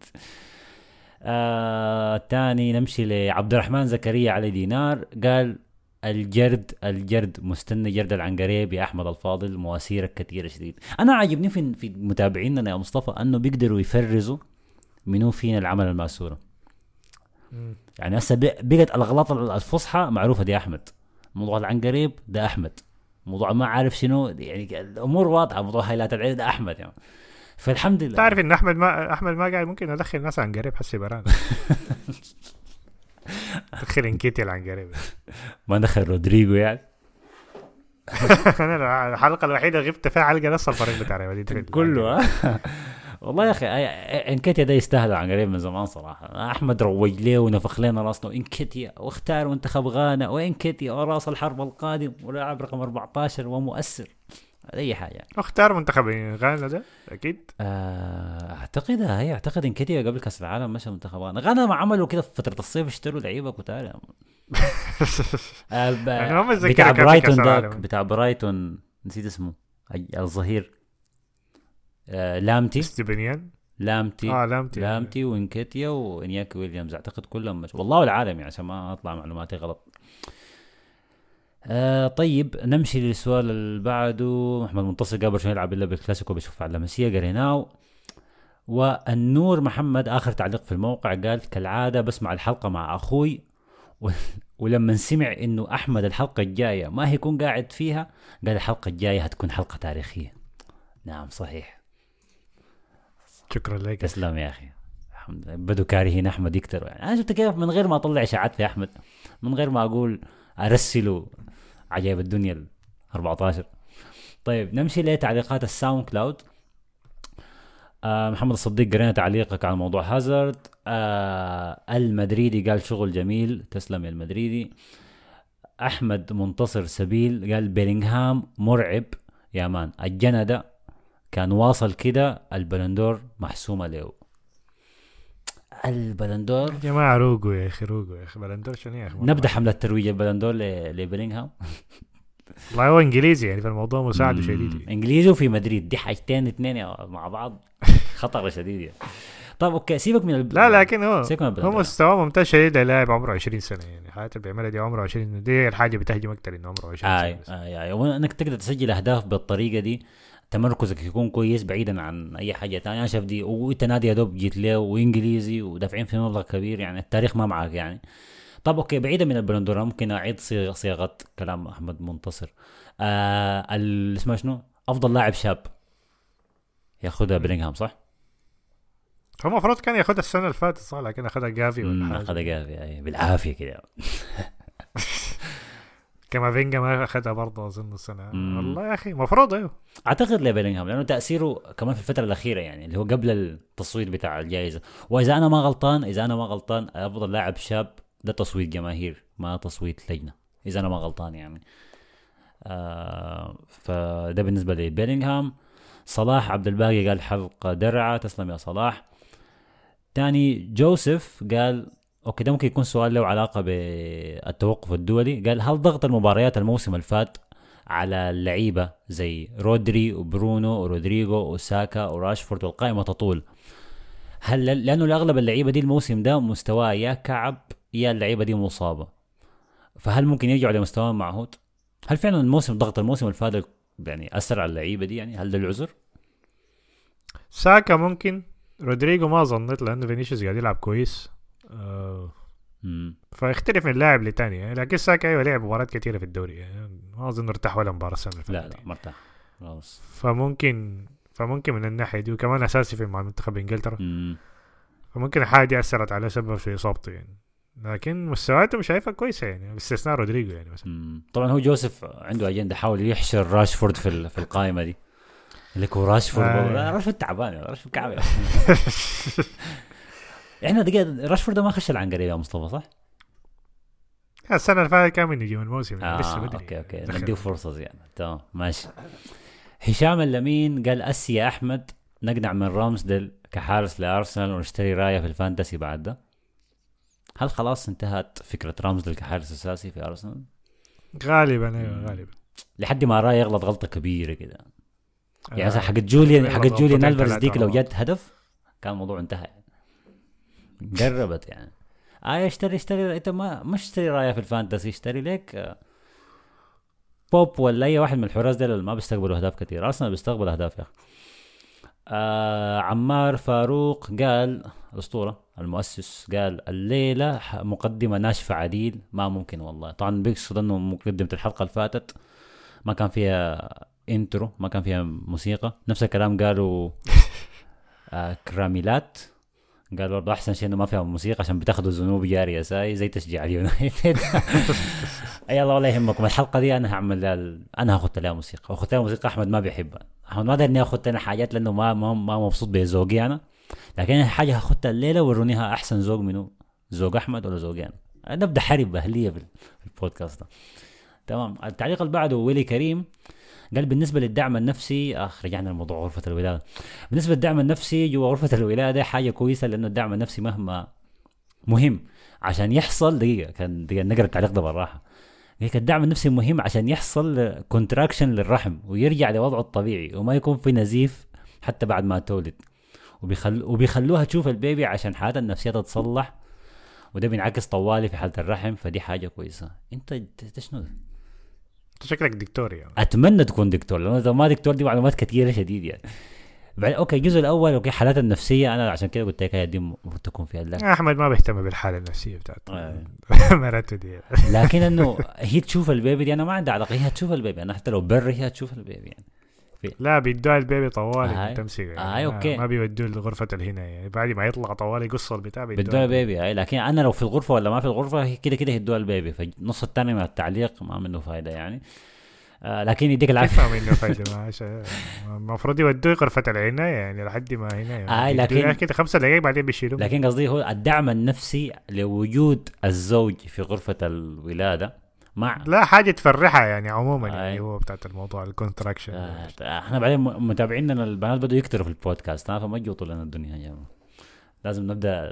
آه تاني نمشي لعبد الرحمن زكريا علي دينار، قال الجرد الجرد مستني جرد العنقريب يا احمد الفاضل، مواسيرك كثيره شديد. انا عاجبني في في متابعيننا يا مصطفى انه بيقدروا يفرزوا منو فينا العمل الماسوره. يعني هسه بقت الاغلاط الفصحى معروفه دي احمد، موضوع العنقريب ده احمد، موضوع ما عارف شنو يعني الامور واضحه، موضوع هايلات العيد ده احمد يعني. فالحمد لله. تعرف ان احمد ما احمد ما قاعد ممكن ادخل ناس عنقريب حسي بران. دخل انكيتي العنقريب. ما دخل رودريجو يعني. انا الحلقه الوحيده غبت فيها حلقه نص الفريق بتاع ريال مدريد كله. والله يا اخي انكيتيا ده يستاهل عن قريب من زمان صراحه. احمد روج له ونفخ لنا راسنا انكيتيا واختار منتخب غانا وانكيتيا وراس الحرب القادم ولاعب رقم أربعة عشر ومؤثر اي حاجه. اختار منتخب غانا ده اكيد. اعتقد هي اعتقد انكيتيا قبل كاس العالم مشى منتخب غانا. غانا ما عملوا كده في فتره الصيف اشتروا لعيبه كتار بتاع برايتون ده بتاع برايتون نسيت اسمه الظهير آه لامتي ستيبنيان لامتي اه لامتي لامتي وانكيتيا وانياكي ويليامز اعتقد كلهم مش. والله العالم يعني عشان ما اطلع معلوماتي غلط. آه طيب نمشي للسؤال اللي بعده. محمد منتصر قبل شوي يلعب الا بالكلاسيكو بيشوف على لمسيه قريناو. والنور محمد اخر تعليق في الموقع قال كالعاده بسمع الحلقه مع اخوي و... ولما سمع انه احمد الحلقه الجايه ما هيكون قاعد فيها قال الحلقه الجايه هتكون حلقه تاريخيه. نعم صحيح. شكرا لك. تسلم يا اخي. الحمد لله. بدو كارهين احمد يكتروا يعني. انا شفت كيف من غير ما اطلع اشاعات في احمد، من غير ما اقول ارسله عجائب الدنيا أربعة عشر. طيب نمشي لتعليقات الساوند كلاود. آه محمد الصديق قرينا تعليقك على موضوع هازارد. آه المدريدي قال شغل جميل تسلم يا المدريدي. احمد منتصر سبيل قال بيلينغهام مرعب يا مان، الجندة كان واصل كده البلندور محسومة له. البلندور يا جماعة روجو يا اخي روجو يا اخي بلندور شنو يا اخي. نبدأ حملة ترويج البلندور لبيلينغهام. والله هو انجليزي يعني فالموضوع مساعده شديد. انجليزي وفي مدريد دي حاجتين اثنين مع بعض خطر شديد يعني. طب اوكي سيبك من الب... لا لكن هو هو مستوى ممتاز شديد للاعب عمره عشرين سنة يعني. حياة اللي بيعملها دي عمره عشرين دي الحاجة بتهجم اكتر انه عمره عشرين آه سنة. آه آه وانك تقدر تسجل اهداف بالطريقة دي تمركزك يكون كويس بعيدا عن اي حاجة تانية. انا شايف دي وانت نادي يا دوب جيت له وانجليزي ودافعين في مبلغ كبير يعني التاريخ ما معك يعني. طب اوكي بعيدا من البلندورة ممكن اعيد صياغة كلام احمد منتصر. آه اسمه شنو افضل لاعب شاب ياخذها بيلينغهام صح؟ هو المفروض كان ياخذها السنة اللي فاتت صح لكن اخذها جافي ولا حاجة. اخذها جافي اي بالعافية كده. كما فينجا ما اخذها برضه اظن السنة. والله يا اخي مفروض ايوه اعتقد لبيلينغهام لانه تأثيره كمان في الفترة الأخيرة يعني اللي هو قبل التصويت بتاع الجائزة. واذا انا ما غلطان اذا انا ما غلطان افضل لاعب شاب ده تصويت جماهير ما تصويت لجنة اذا انا ما غلطان يعني. آه فده بالنسبة لبيلينغهام. صلاح عبد الباقي قال حلقة درعة تسلم يا صلاح. تاني جوزيف قال اوكي ده ممكن يكون سؤال له علاقة بالتوقف الدولي. قال هل ضغط المباريات الموسم الفات على اللعيبة زي رودري وبرونو ورودريغو وساكا وراشفورد والقائمة تطول هل لأنه لأغلب اللعيبة دي الموسم ده مستواه يا كعب يا اللعيبة دي مصابة فهل ممكن يرجعوا لمستوى معهود؟ هل فعلا الموسم ضغط الموسم الفادي يعني اثر على اللعيبه دي؟ يعني هل ده العذر؟ ساكا ممكن، رودريجو ما ظنيت لانه فينيسيوس قاعد يلعب كويس. أه فيختلف من لاعب لتاني يعني. لكن ساكا ايوه لعب مباريات كثيره في الدوري يعني، ما اظن ارتاح ولا مباراه السنه اللي فاتت. لا لا ما ارتاح خلاص. فممكن فممكن من الناحيه دي، وكمان اساسي في مع منتخب انجلترا، مم. فممكن الحاجه دي اثرت على سبب في اصابته يعني. لكن مستوياته مش شايفها كويسه يعني، باستثناء رودريجو يعني مثلا. مم. طبعا هو جوزيف عنده اجنده، حاول يحشر راشفورد في ال- في القائمه دي. لك هو راشفورد آه. لا راشفورد تعبان، راشفورد كعب. احنا دقيقه راشفورد ما خش العنقريه يا مصطفى صح؟ السنه اللي فاتت كان من نجوم الموسم يعني. آه لسه بدري. اوكي اوكي دخل. نديه فرصه زياده. تمام ماشي. هشام اللمين قال اسي يا احمد نقنع من رامسديل كحارس لارسنال ونشتري رايه في الفانتسي بعد ده. هل خلاص انتهت فكره رامسديل كحارس اساسي في ارسنال؟ غالبا ايوه غالبا. لحد ما رايه يغلط غلطه كبيره كده يعني. آه. مثلا حق جوليان حق يغلط جوليان غلطتين الفارز ثلاثة ديك لو ورا جت هدف كان الموضوع انتهى يعني. قربت يعني. آه اشتري اشتري انت ما مش اشتري رايه في الفانتسي، اشتري لك آه بوب ولا اي واحد من الحراس دول اللي ما بيستقبلوا اهداف كثير. ارسنال بيستقبل اهداف يا اخي. آه عمار فاروق قال الاسطوره المؤسس قال الليله مقدمه ناشفه عديل ما ممكن والله. طبعا بيقصد انه مقدمه الحلقه اللي فاتت ما كان فيها انترو، ما كان فيها موسيقى. نفس الكلام قالوا آه كراميلات، قال برضه احسن شيء انه ما فيها موسيقى عشان بتاخذوا ذنوب جاريه ساي زي تشجيع اليونايتد. اي الله ولا يهمكم الحلقه دي انا هعمل لها، انا هاخذ لها موسيقى واخذ لها موسيقى احمد ما بيحبها. احمد ما دارني اخذ لنا حاجات لانه ما ما, ما مبسوط بذوقي انا، لكن حاجه هاخذها الليله ورونيها احسن ذوق منه، ذوق احمد ولا ذوقي انا. نبدا حرب اهليه في البودكاست ده. تمام. التعليق اللي بعده ويلي كريم قال بالنسبة للدعم النفسي، اخ رجعنا لموضوع غرفة الولادة. بالنسبة للدعم النفسي جوا غرفة الولادة حاجة كويسة، لأنه الدعم النفسي مهما مهم عشان يحصل دقيقة كان دقيقة نقرأ التعليق ده بالراحة. هيك الدعم النفسي مهم عشان يحصل كونتراكشن للرحم ويرجع لوضعه الطبيعي وما يكون في نزيف حتى بعد ما تولد، وبيخل... وبيخلوها تشوف البيبي عشان حالتها النفسية تتصلح، وده بينعكس طوالي في حالة الرحم، فدي حاجة كويسة. انت شنو ده؟ شكلك دكتور يعني. اتمنى تكون دكتور، لانه اذا ما دكتور دي معلومات كثيره شديد يعني. بعد اوكي الجزء الاول اوكي حالات النفسيه، انا عشان كده قلت لك هي دي المفروض تكون فيها لا. احمد ما بيهتم بالحاله النفسيه بتاعته مرته دي. لكن انه هي تشوف البيبي دي انا ما عندي علاقه، هي تشوف البيبي، انا حتى لو بر هي تشوف البيبي يعني. لا بيدوها البيبي طوالي آه تمسك يعني. آه اوكي ما بيودوه لغرفه الهنا يعني، بعد ما يطلع طوالي يقص البتاع بيدوها البيبي. هاي لكن انا لو في الغرفه ولا ما في الغرفه هي كده كده يدوها البيبي. فالنص الثاني من التعليق ما منه فايده يعني. آه لكن يديك العافيه. ما منه فايده ما المفروض يودوه غرفه العنايه يعني لحد ما هنا يعني. آه لكن كده خمسة دقائق بعدين بيشيلوه. لكن قصدي هو الدعم النفسي لوجود الزوج في غرفه الولاده مع لا حاجه تفرحها يعني عموما آه يعني. هو بتاعت الموضوع الكونتراكشن. آه احنا بعدين متابعيننا البنات بدوا يكتروا في البودكاست، فما يجوطوا لنا الدنيا يا جماعه. لازم نبدا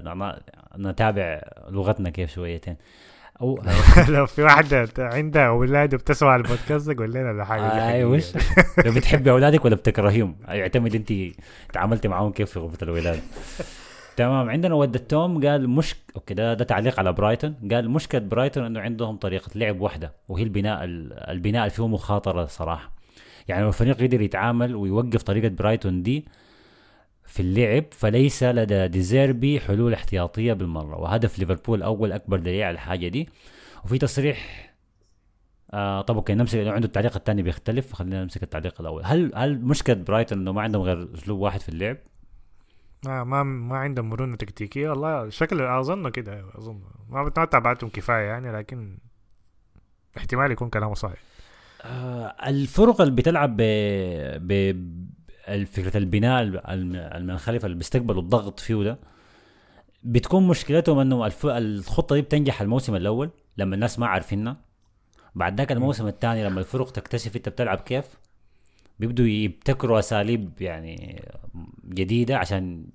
نتابع لغتنا كيف شويتين. أو لو في واحدة عندها أولاد وبتسمع البودكاست قول لنا على حاجة. أي وش لو بتحبي أولادك ولا بتكرهيهم يعتمد أنت تعاملتي معهم كيف في غرفة الولادة. تمام. عندنا ود التوم قال مش أوكي ده, ده تعليق على برايتون. قال مشكلة برايتون إنه عندهم طريقة لعب واحدة وهي البناء البناء اللي فيه مخاطرة صراحة. يعني لو الفريق يقدر يتعامل ويوقف طريقة برايتون دي في اللعب فليس لدى ديزيربي حلول احتياطية بالمرة، وهدف ليفربول أول أكبر دليل على الحاجة دي. وفي تصريح آه طب اوكي نمسك لو عنده التعليق الثاني بيختلف، خلينا نمسك التعليق الأول. هل هل مشكلة برايتون إنه ما عندهم غير أسلوب واحد في اللعب؟ ما ما ما عندهم مرونة تكتيكية والله شكل أظن كده أظن ما تابعتهم كفاية يعني، لكن احتمال يكون كلامه صحيح. آه الفرق اللي بتلعب ب ب الفكرة البناء المنخلفة اللي بيستقبلوا الضغط فيه ده بتكون مشكلتهم انه الف... الخطة دي بتنجح الموسم الاول لما الناس ما عارفينها. بعد ذاك الموسم الثاني لما الفرق تكتشف انت بتلعب كيف بيبدوا يبتكروا اساليب يعني جديدة عشان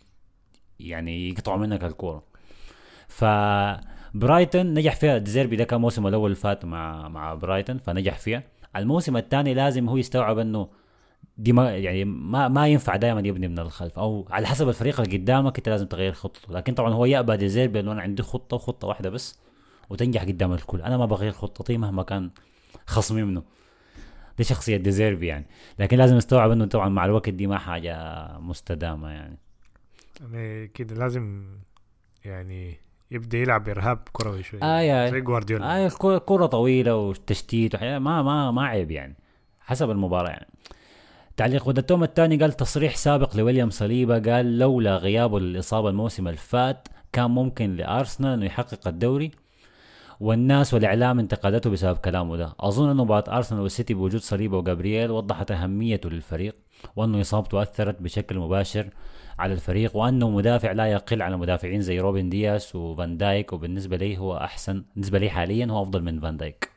يعني يقطعوا منك الكورة. فبرايتون نجح فيها ديزيربي ده كان موسم الاول فات مع مع برايتون فنجح فيها. الموسم الثاني لازم هو يستوعب انه دي ما يعني ما ما ينفع دائما يبني من الخلف او على حسب الفريق اللي قدامك انت لازم تغير خطته. لكن طبعا هو يأبى ديزيربي انه انا عندي خطه وخطه واحده بس وتنجح قدام الكل. انا ما بغير خطتي مهما كان خصمي منه. دي شخصية ديزيربي يعني، لكن لازم نستوعب انه طبعا مع الوقت دي ما حاجة مستدامة يعني. يعني كده لازم يعني يبدأ يلعب إرهاب كروي شوي آه زي جوارديولا. آه كرة طويلة وتشتيت وحياة ما ما ما عيب يعني حسب المباراة يعني. تعليق ودتوم الثاني قال تصريح سابق لويليام صليبا، قال لولا غيابه للإصابة الموسم الفات كان ممكن لأرسنال انه يحقق الدوري، والناس والإعلام انتقدته بسبب كلامه ده. أظن أنه مباراة أرسنال والسيتي بوجود صليبا وجابرييل وضحت أهميته للفريق، وأنه إصابته أثرت بشكل مباشر على الفريق، وأنه مدافع لا يقل على مدافعين زي روبن دياس وفان دايك، وبالنسبة لي هو أحسن، بالنسبة لي حاليا هو أفضل من فان دايك.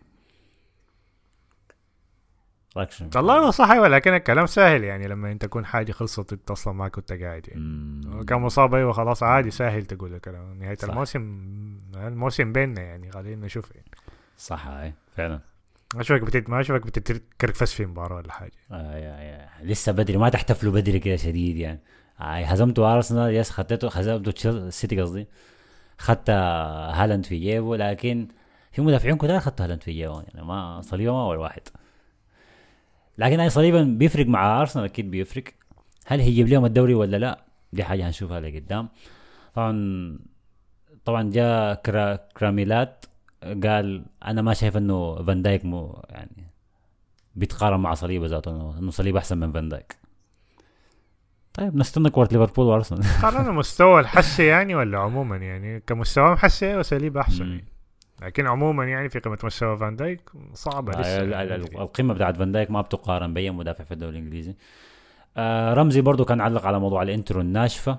والله صح، ولكن الكلام سهل يعني لما انت تكون حاجة خلصت تتصل معك وانت قاعد يعني كان مصاب ايوه خلاص عادي سهل تقول الكلام. نهاية صح. الموسم الموسم بيننا يعني خلينا نشوف يعني. صح هاي فعلا. ما اشوفك بتت ما اشوفك بتتكرفس في مباراة ولا حاجة. آه يا يا. لسه بدري ما تحتفلوا بدري كده شديد يعني. آه هزمتوا أرسنال يس خدتوا هزمتوا السيتي قصدي خدت هالاند في جيبه، لكن في مدافعين كتار خدتوا هالاند في جيبه يعني ما صليبا ما أول واحد. لكن أي صليبا بيفرق مع أرسنال أكيد بيفرق. هل هيجيب لهم الدوري ولا لا دي حاجة هنشوفها لقدام. طبعا طبعا جاء كرا كراميلات قال أنا ما شايف إنه فان دايك مو يعني بيتقارن مع صليبا ذاته، إنه صليبا أحسن من فان دايك. طيب نستنى كورت ليفربول وأرسنال. قارن مستوى الحسي يعني ولا عموما يعني كمستوى محسي وصليبا أحسن، لكن عموما يعني في قيمة مستوى فان دايك صعبة لسه. يعني القيمة بتاعت فان دايك ما بتقارن بأي مدافع في الدوري الإنجليزي. آه رمزي برضو كان علق على موضوع الانترو الناشفة.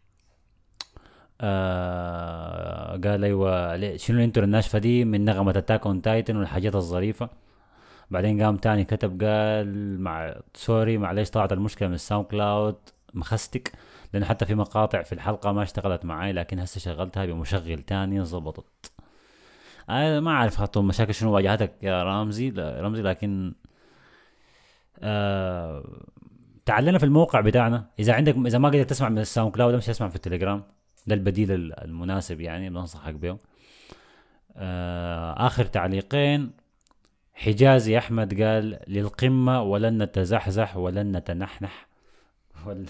آه قال أيوة شنو الانترو الناشفة دي من نغمة أتاك أون تايتن والحاجات الظريفة. بعدين قام تاني كتب قال مع سوري معليش طلعت المشكلة من الساوند كلاود مخستك، لأنه حتى في مقاطع في الحلقة ما اشتغلت معي، لكن هسه شغلتها بمشغل تاني زبطت. أنا ما أعرف خطوا مشاكل شنو واجهتك يا رمزي رمزي لكن آه تعلنا في الموقع بتاعنا. إذا عندك إذا ما قدرت تسمع من الساوند كلاود امشي اسمع في التليجرام، ده البديل المناسب يعني بنصحك بيه. آه آخر تعليقين حجازي أحمد قال للقمة ولن نتزحزح ولن نتنحنح وال...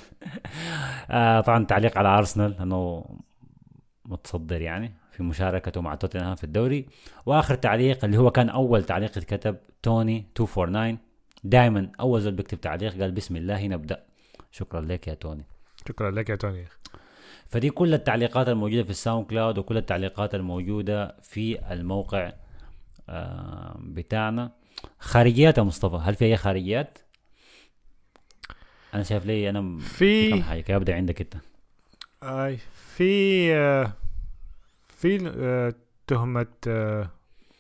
آه طبعا تعليق على أرسنال أنه متصدر يعني في مشاركته مع توتنهام في الدوري. واخر تعليق اللي هو كان اول تعليق اتكتب توني مئتين وأربعة وأربعين، دائما اول زول بيكتب تعليق قال بسم الله نبدا. شكرا لك يا توني. شكرا لك يا توني. فدي كل التعليقات الموجوده في الساوند كلاود وكل التعليقات الموجوده في الموقع آه بتاعنا. خارجيات يا مصطفى، هل في اي خارجيات؟ انا شايف لي انا في كم حاجه كيبدا عندك انت. اي في آه في آه تهمة آه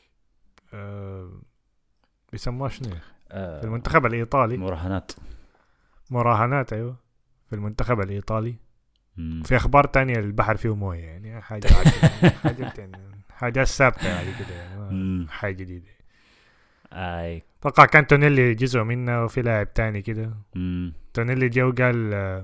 آه بيسموها شنو آه في المنتخب الإيطالي مراهنات مراهنات أيوة في المنتخب الإيطالي. مم. في أخبار تانية البحر فيه موية يعني حاجة حاجة حاجة ثابتة يعني كده يعني حاجة جديدة. أي طبعا كان تونيلي جزء منه وفي لاعب تاني كده. تونيلي جو قال آه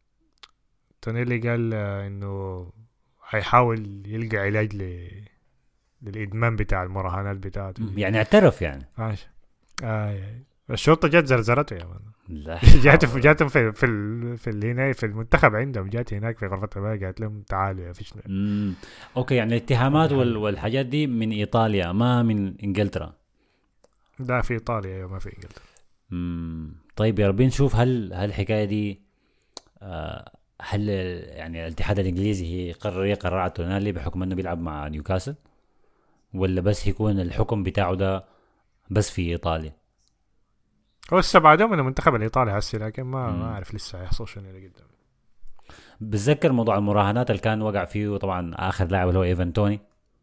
تونيلي قال آه إنه هيحاول يلقى علاج ل... للإدمان بتاع المراهنات بتاعته يعني اعترف يعني ماشي. آه يعني. الشرطة جات زرزرته يا مان. جات في جات في في ال... في ال... هنا في المنتخب عندهم، جات هناك في غرفة الملابس قالت لهم تعالوا يا فيش. اوكي يعني الاتهامات وال... والحاجات دي من إيطاليا ما من إنجلترا. ده في إيطاليا يا ما في إنجلترا. امم طيب يا ربي نشوف هل هل الحكاية دي آه هل يعني الاتحاد الانجليزي يقرر يقرر على تونالي بحكم انه بيلعب مع نيوكاسل، ولا بس يكون الحكم بتاعه ده بس في ايطاليا؟ هو استبعدوه من المنتخب الايطالي هسه، لكن ما مم. ما اعرف لسه هيحصل شنو اللي قدام. بتذكر موضوع المراهنات اللي كان وقع فيه طبعا اخر لاعب اللي هو ايفان توني،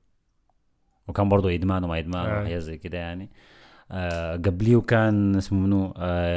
وكان برضه ادمان وما ادمان آه. وحاجه زي كده يعني. آه قبليه كان اسمه منو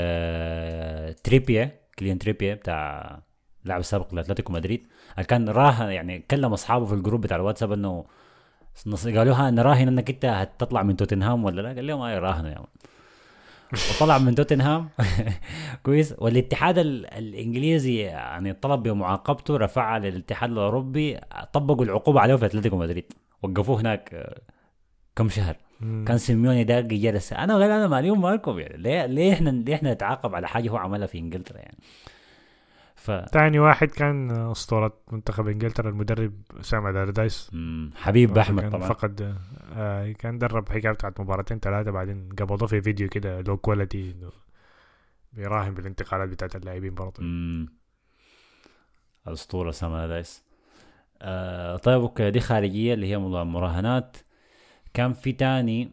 آه تريبيه كليان تريبيه بتاع لاعب السابق لأتلتيكو مدريد، كان راهن يعني كلم اصحابه في الجروب بتاع الواتساب انه قالوها ان راهن انك انت هتطلع من توتنهام ولا لا، قال لهم اي راهن يا وطلع من توتنهام كويس. والاتحاد الانجليزي يعني طلب بمعاقبته، رفعها للاتحاد الاوروبي، طبقوا العقوبه عليه في اتلتيكو مدريد، وقفوه هناك كم شهر. كان سيميوني داق جلس انا وقال انا ماليهم مالكم يعني ليه ليه احنا ليه احنا نتعاقب على حاجه هو عملها في انجلترا يعني. ف ثاني واحد كان اسطوره منتخب انجلترا المدرب سام الردايس حبيب احمد طبعا فقد آه كان درب حكايه بتاعت مباراتين ثلاثه بعدين قبضوه في فيديو كده لو كواليتي بيراهن بالانتقالات بتاعت اللاعبين برضه. الاسطوره سام الردايس. آه طيب اوكي دي خارجيه اللي هي مراهنات. كان في تاني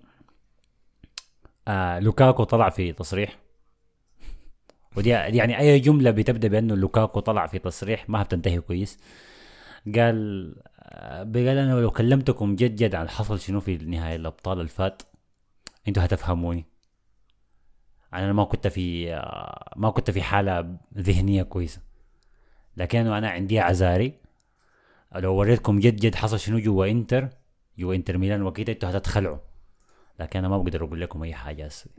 آه لوكاكو طلع في تصريح ودي يعني اي جمله بتبدا بانه لوكاكو طلع في تصريح ما بتنتهي كويس. قال بقال انا لو كلمتكم جد جد عن حصل شنو في نهايه الابطال الفات انتوا هتفهموني. انا ما كنت في ما كنت في حاله ذهنيه كويسه لكن انا عندي عزاري لو وريتكم جد جد حصل شنو جوا انتر جوا انتر ميلان وكيتا انتوا هتتخلعوا لكن انا ما بقدر اقول لكم اي حاجه هسه.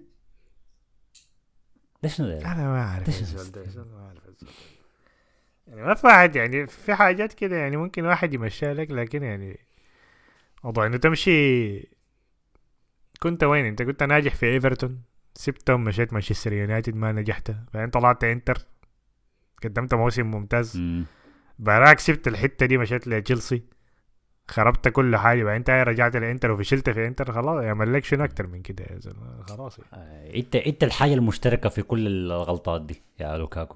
ليش ده؟ انا ما اعرف السؤال ده ما اعرف السؤال يعني ما في واحد يعني في حاجات كده يعني ممكن واحد يمشيها لك لكن يعني موضوع انه تمشي. كنت وين انت؟ كنت ناجح في ايفرتون سبتهم مشيت مانشستر يونايتد ما نجحت بعدين طلعت انتر قدمت موسم ممتاز براك سبت الحته دي مشيت لتشيلسي خربت كل حاجه بعدين انت رجعت لانتر وفشلت في انتر خلاص يا مالك شنو اكتر من كده يا زلمه خلاص. انت انت الحاجه المشتركه في كل الغلطات دي يا لوكاكو.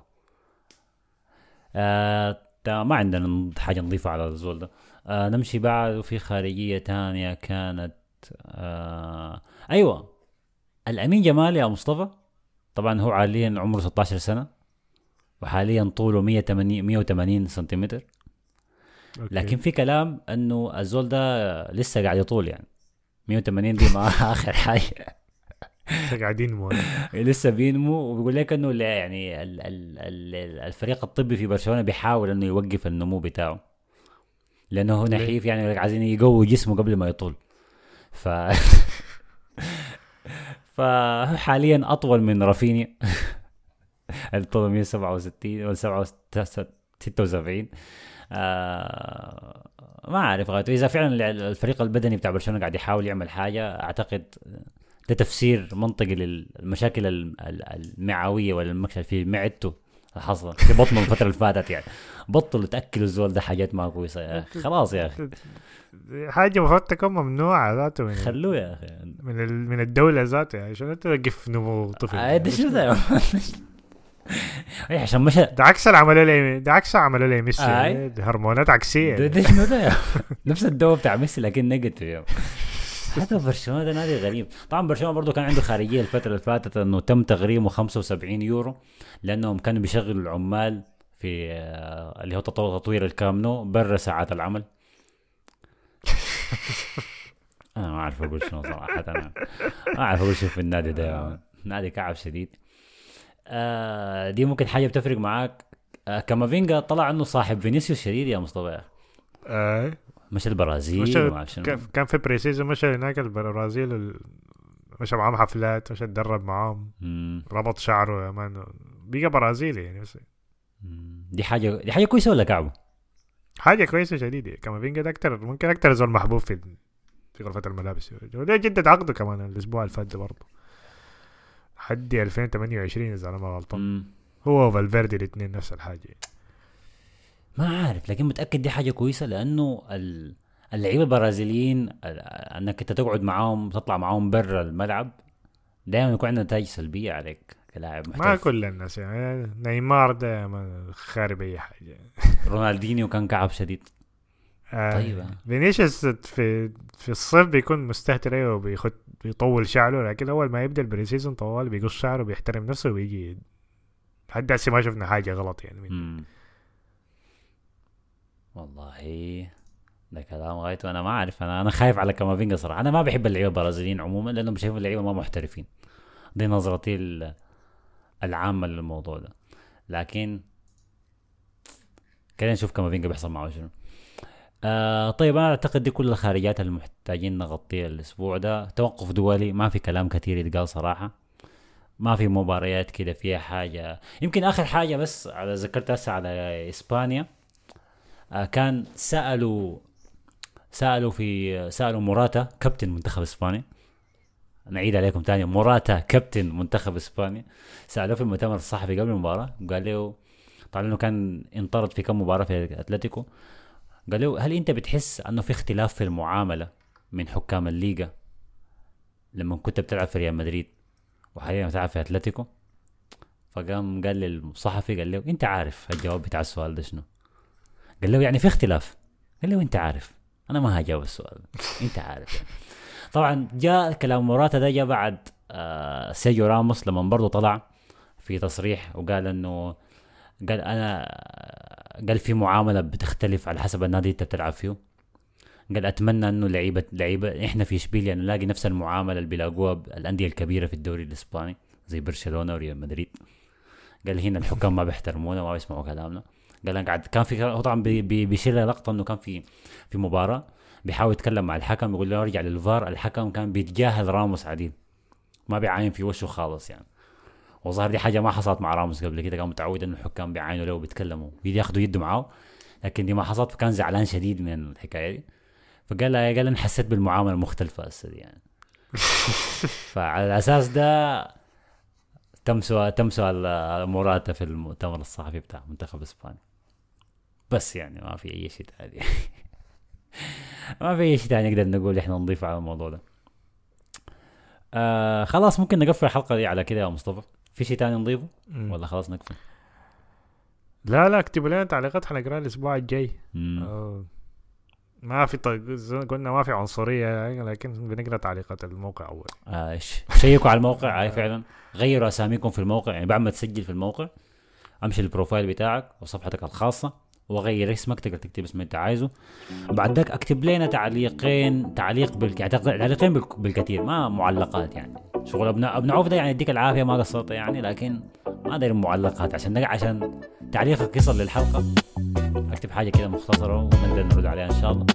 آه ما عندنا حاجه نضيفها على الزول ده. آه نمشي بعد. وفي خارجيه تانية كانت آه ايوه الامين جمال يا مصطفى طبعا هو حاليا عمره ستة عشر سنه وحاليا طوله مية وثمانين سنتيمتر. لكن في كلام انه الزول ده لسه قاعد يطول يعني مية وثمانين دي ما اخر حاجه قاعدين مو لسه بينمو. وبيقول لك انه يعني ال ال ال الفريق الطبي في برشلونه بيحاول انه يوقف النمو بتاعه لانه هو نحيف يعني عايزين يقوي جسمه قبل ما يطول. ف فحاليا اطول من رافينيا الطول مية وسبعة وستين ولا ستة وسبعين. آه ما أعرف غايته إذا فعلا الفريق البدني بتاع برشلونة قاعد يحاول يعمل حاجة. أعتقد ده تفسير منطقي للمشاكل المعوية ولا المشاكل في معدته حصل في بطنه الفترة اللي فاتت يعني بطلوا تأكلوا الزول ده حاجات ما كويسة يا أخي خلاص يا أخي حاجة مفروض تكون ممنوعة ذاته من خلوه يا أخي من من الدولة ذاته يعني عشان توقف نمو طفل. آه ده شو ده اي عشان مش ده عكس العمليه اللي ده عكس عمليه اللي ميسي آه. هرمونات عكسيه ده ده شنو ده نفس الدواء بتاع ميسي لكن نيجاتيف. هذا برشلونه ده نادي غريب. طبعا برشلونه برضو كان عنده خارجيه الفتره اللي فاتت انه تم تغريمه خمسة وسبعين يورو لانهم كانوا بيشغلوا العمال في اللي هو تطوير الكامنو برا ساعات العمل. انا ما اعرف اقول شنو صراحه. انا ما اعرف اقول شو في النادي ده نادي كعب شديد. آه دي ممكن حاجه بتفرق معاك. آه كامافينجا طلع انه صاحب فينيسيوس شديد يا مصطفى. آه. مش البرازيل مش كان في بريسيزون مش هناك البرازيل مش معهم حفلات مش اتدرب معهم ربط شعره يا مان بيجا برازيلي يعني بس دي حاجه دي حاجه كويسه ولا كعبه؟ حاجه كويسه شديده. كامافينجا ده اكتر ممكن اكتر زول محبوب في في غرفه الملابس وده جدد عقده كمان الاسبوع اللي فات برضه حد ألفين وثمانية وعشرين اذا انا ما غلطان. هو وفالفيردي الاثنين نفس الحاجه. ما عارف لكن متاكد دي حاجه كويسه لانه اللعيبه البرازيليين انك انت تقعد معاهم تطلع معاهم برا الملعب دائما يكون عندنا نتائج سلبيه عليك كلاعب محترف. ما كل الناس يعني نيمار ده ما خارب اي حاجه. رونالدينيو كان كعب شديد. آه طيب فينيسيوس في في الصيف بيكون مستهتر وبيخد بيطول شعره لكن اول ما يبدا البريسيزون طوال بيقص شعره بيحترم نفسه ويجي حد هسه ما شفنا حاجه غلط يعني منه. والله ده كلام غايته. انا ما اعرف انا انا خايف على كامافينجا صراحه. انا ما بحب اللعيبه البرازيليين عموما لانهم بشوف اللعيبه ما محترفين. دي نظرتي العامه للموضوع ده. لكن خلينا نشوف كامافينجا بيحصل معه شنو. آه طيب انا اعتقد دي كل الخارجات اللي محتاجين نغطيها الاسبوع ده. توقف دولي ما في كلام كتير يتقال صراحه. ما في مباريات كده فيها حاجه. يمكن اخر حاجه بس على ذكرت هسه على اسبانيا. آه كان سالوا سالوا في سالوا موراتا كابتن منتخب اسبانيا نعيد عليكم تاني، موراتا كابتن منتخب اسبانيا، سألوه في المؤتمر الصحفي قبل المباراة وقال له طبعا انه كان انطرد في كم مباراة في اتلتيكو، قال له هل انت بتحس انه في اختلاف في المعاملة من حكام الليغا لما كنت بتلعب في ريال مدريد وحاليا بتلعب في اتلتيكو؟ فقام قال للصحفي قال له انت عارف الجواب بتاع السؤال ده شنو؟ قال له يعني في اختلاف. قال له انت عارف انا ما هجاوب السؤال انت عارف يعني. طبعا جاء كلام موراتا ده جاء بعد آه سيرجيو راموس لما برضو طلع في تصريح وقال انه قال انا قال في معامله بتختلف على حسب النادي اللي انت بتلعب فيه. قال اتمنى انه لعيبه لعيبه احنا في اشبيليا نلاقي نفس المعامله اللي بيلاقوها الانديه الكبيره في الدوري الاسباني زي برشلونه وريال مدريد. قال هنا الحكام ما بيحترمونا وما بيسمعوا كلامنا. قال انا قاعد كان في هو طبعا بيشيل لقطه انه كان في في مباراه بيحاول يتكلم مع الحكم يقول له ارجع للفار، الحكم كان بيتجاهل راموس عديل ما بيعاين في وشه خالص يعني. وظهر دي حاجه ما حصلت مع راموس قبل كده، كان متعود انه الحكام بيعاينوا له وبيتكلموا ياخذوا يده معاه، لكن دي ما حصلت فكان زعلان شديد من الحكايه دي. فقال قال انا حسيت بالمعامله المختلفه هسه يعني. فعلى الاساس ده تم سؤال تم سؤال موراتا في المؤتمر الصحفي بتاع منتخب اسبانيا. بس يعني ما في اي شيء ثاني. ما في اي شيء ثاني نقدر نقول احنا نضيف على الموضوع ده. آه خلاص ممكن نقفل الحلقه دي على كده يا مصطفى. في شيء ثاني نضيفه ولا خلاص نقفل؟ لا لا اكتبوا لنا تعليقات حنقراها الاسبوع الجاي. آه ما في طيب قلنا ما في عنصريه لكن بنقرا تعليقات الموقع اول. آه شيكوا على الموقع هاي فعلا، غيروا اساميكم في الموقع يعني بعد ما تسجل في الموقع امشي البروفايل بتاعك وصفحتك الخاصه وغير اسمك، تقدر تكتب اسم انت عايزه. بعد ذاك اكتب لنا تعليقين تعليق بالك... تعليقين بالكثير ما معلقات يعني. شغل ابن ابن عوف ده يعني يديك العافيه ما قصرت يعني، لكن ما داير معلقات عشان عشان تعليقك يصل للحلقه. اكتب حاجه كده مختصره ونقدر نرد عليها ان شاء الله.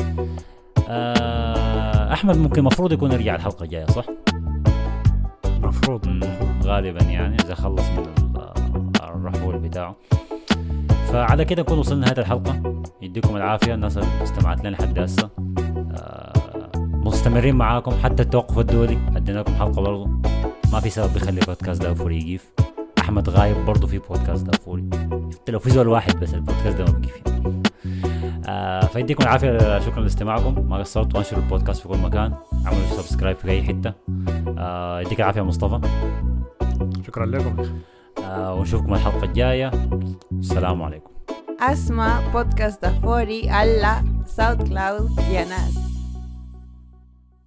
أه احمد ممكن مفروض يكون يرجع الحلقه الجايه صح؟ مفروض غالبا يعني اذا خلص من الرحول بتاعه. فعلى كده نكون وصلنا لنهايه الحلقه. يديكم العافيه الناس اللي استمعت لنا لحد هسه. أه مستمرين معاكم حتى التوقف الدولي، ادينا لكم حلقه برضه ما في سبب بيخلي بودكاست دافوري يجيف. احمد غايب برضه في بودكاست دافوري، لو في زول واحد بس البودكاست ده ما بيجي فيه. آه فيديكم العافيه، شكرا لاستماعكم، ما قصرتوا وانشروا البودكاست في كل مكان، عملوا سبسكرايب في اي حته. آه يديك العافيه مصطفى. شكرا لكم. آه ونشوفكم الحلقه الجايه. السلام عليكم. اسمع بودكاست دافوري على ساوند كلاود يا ناس.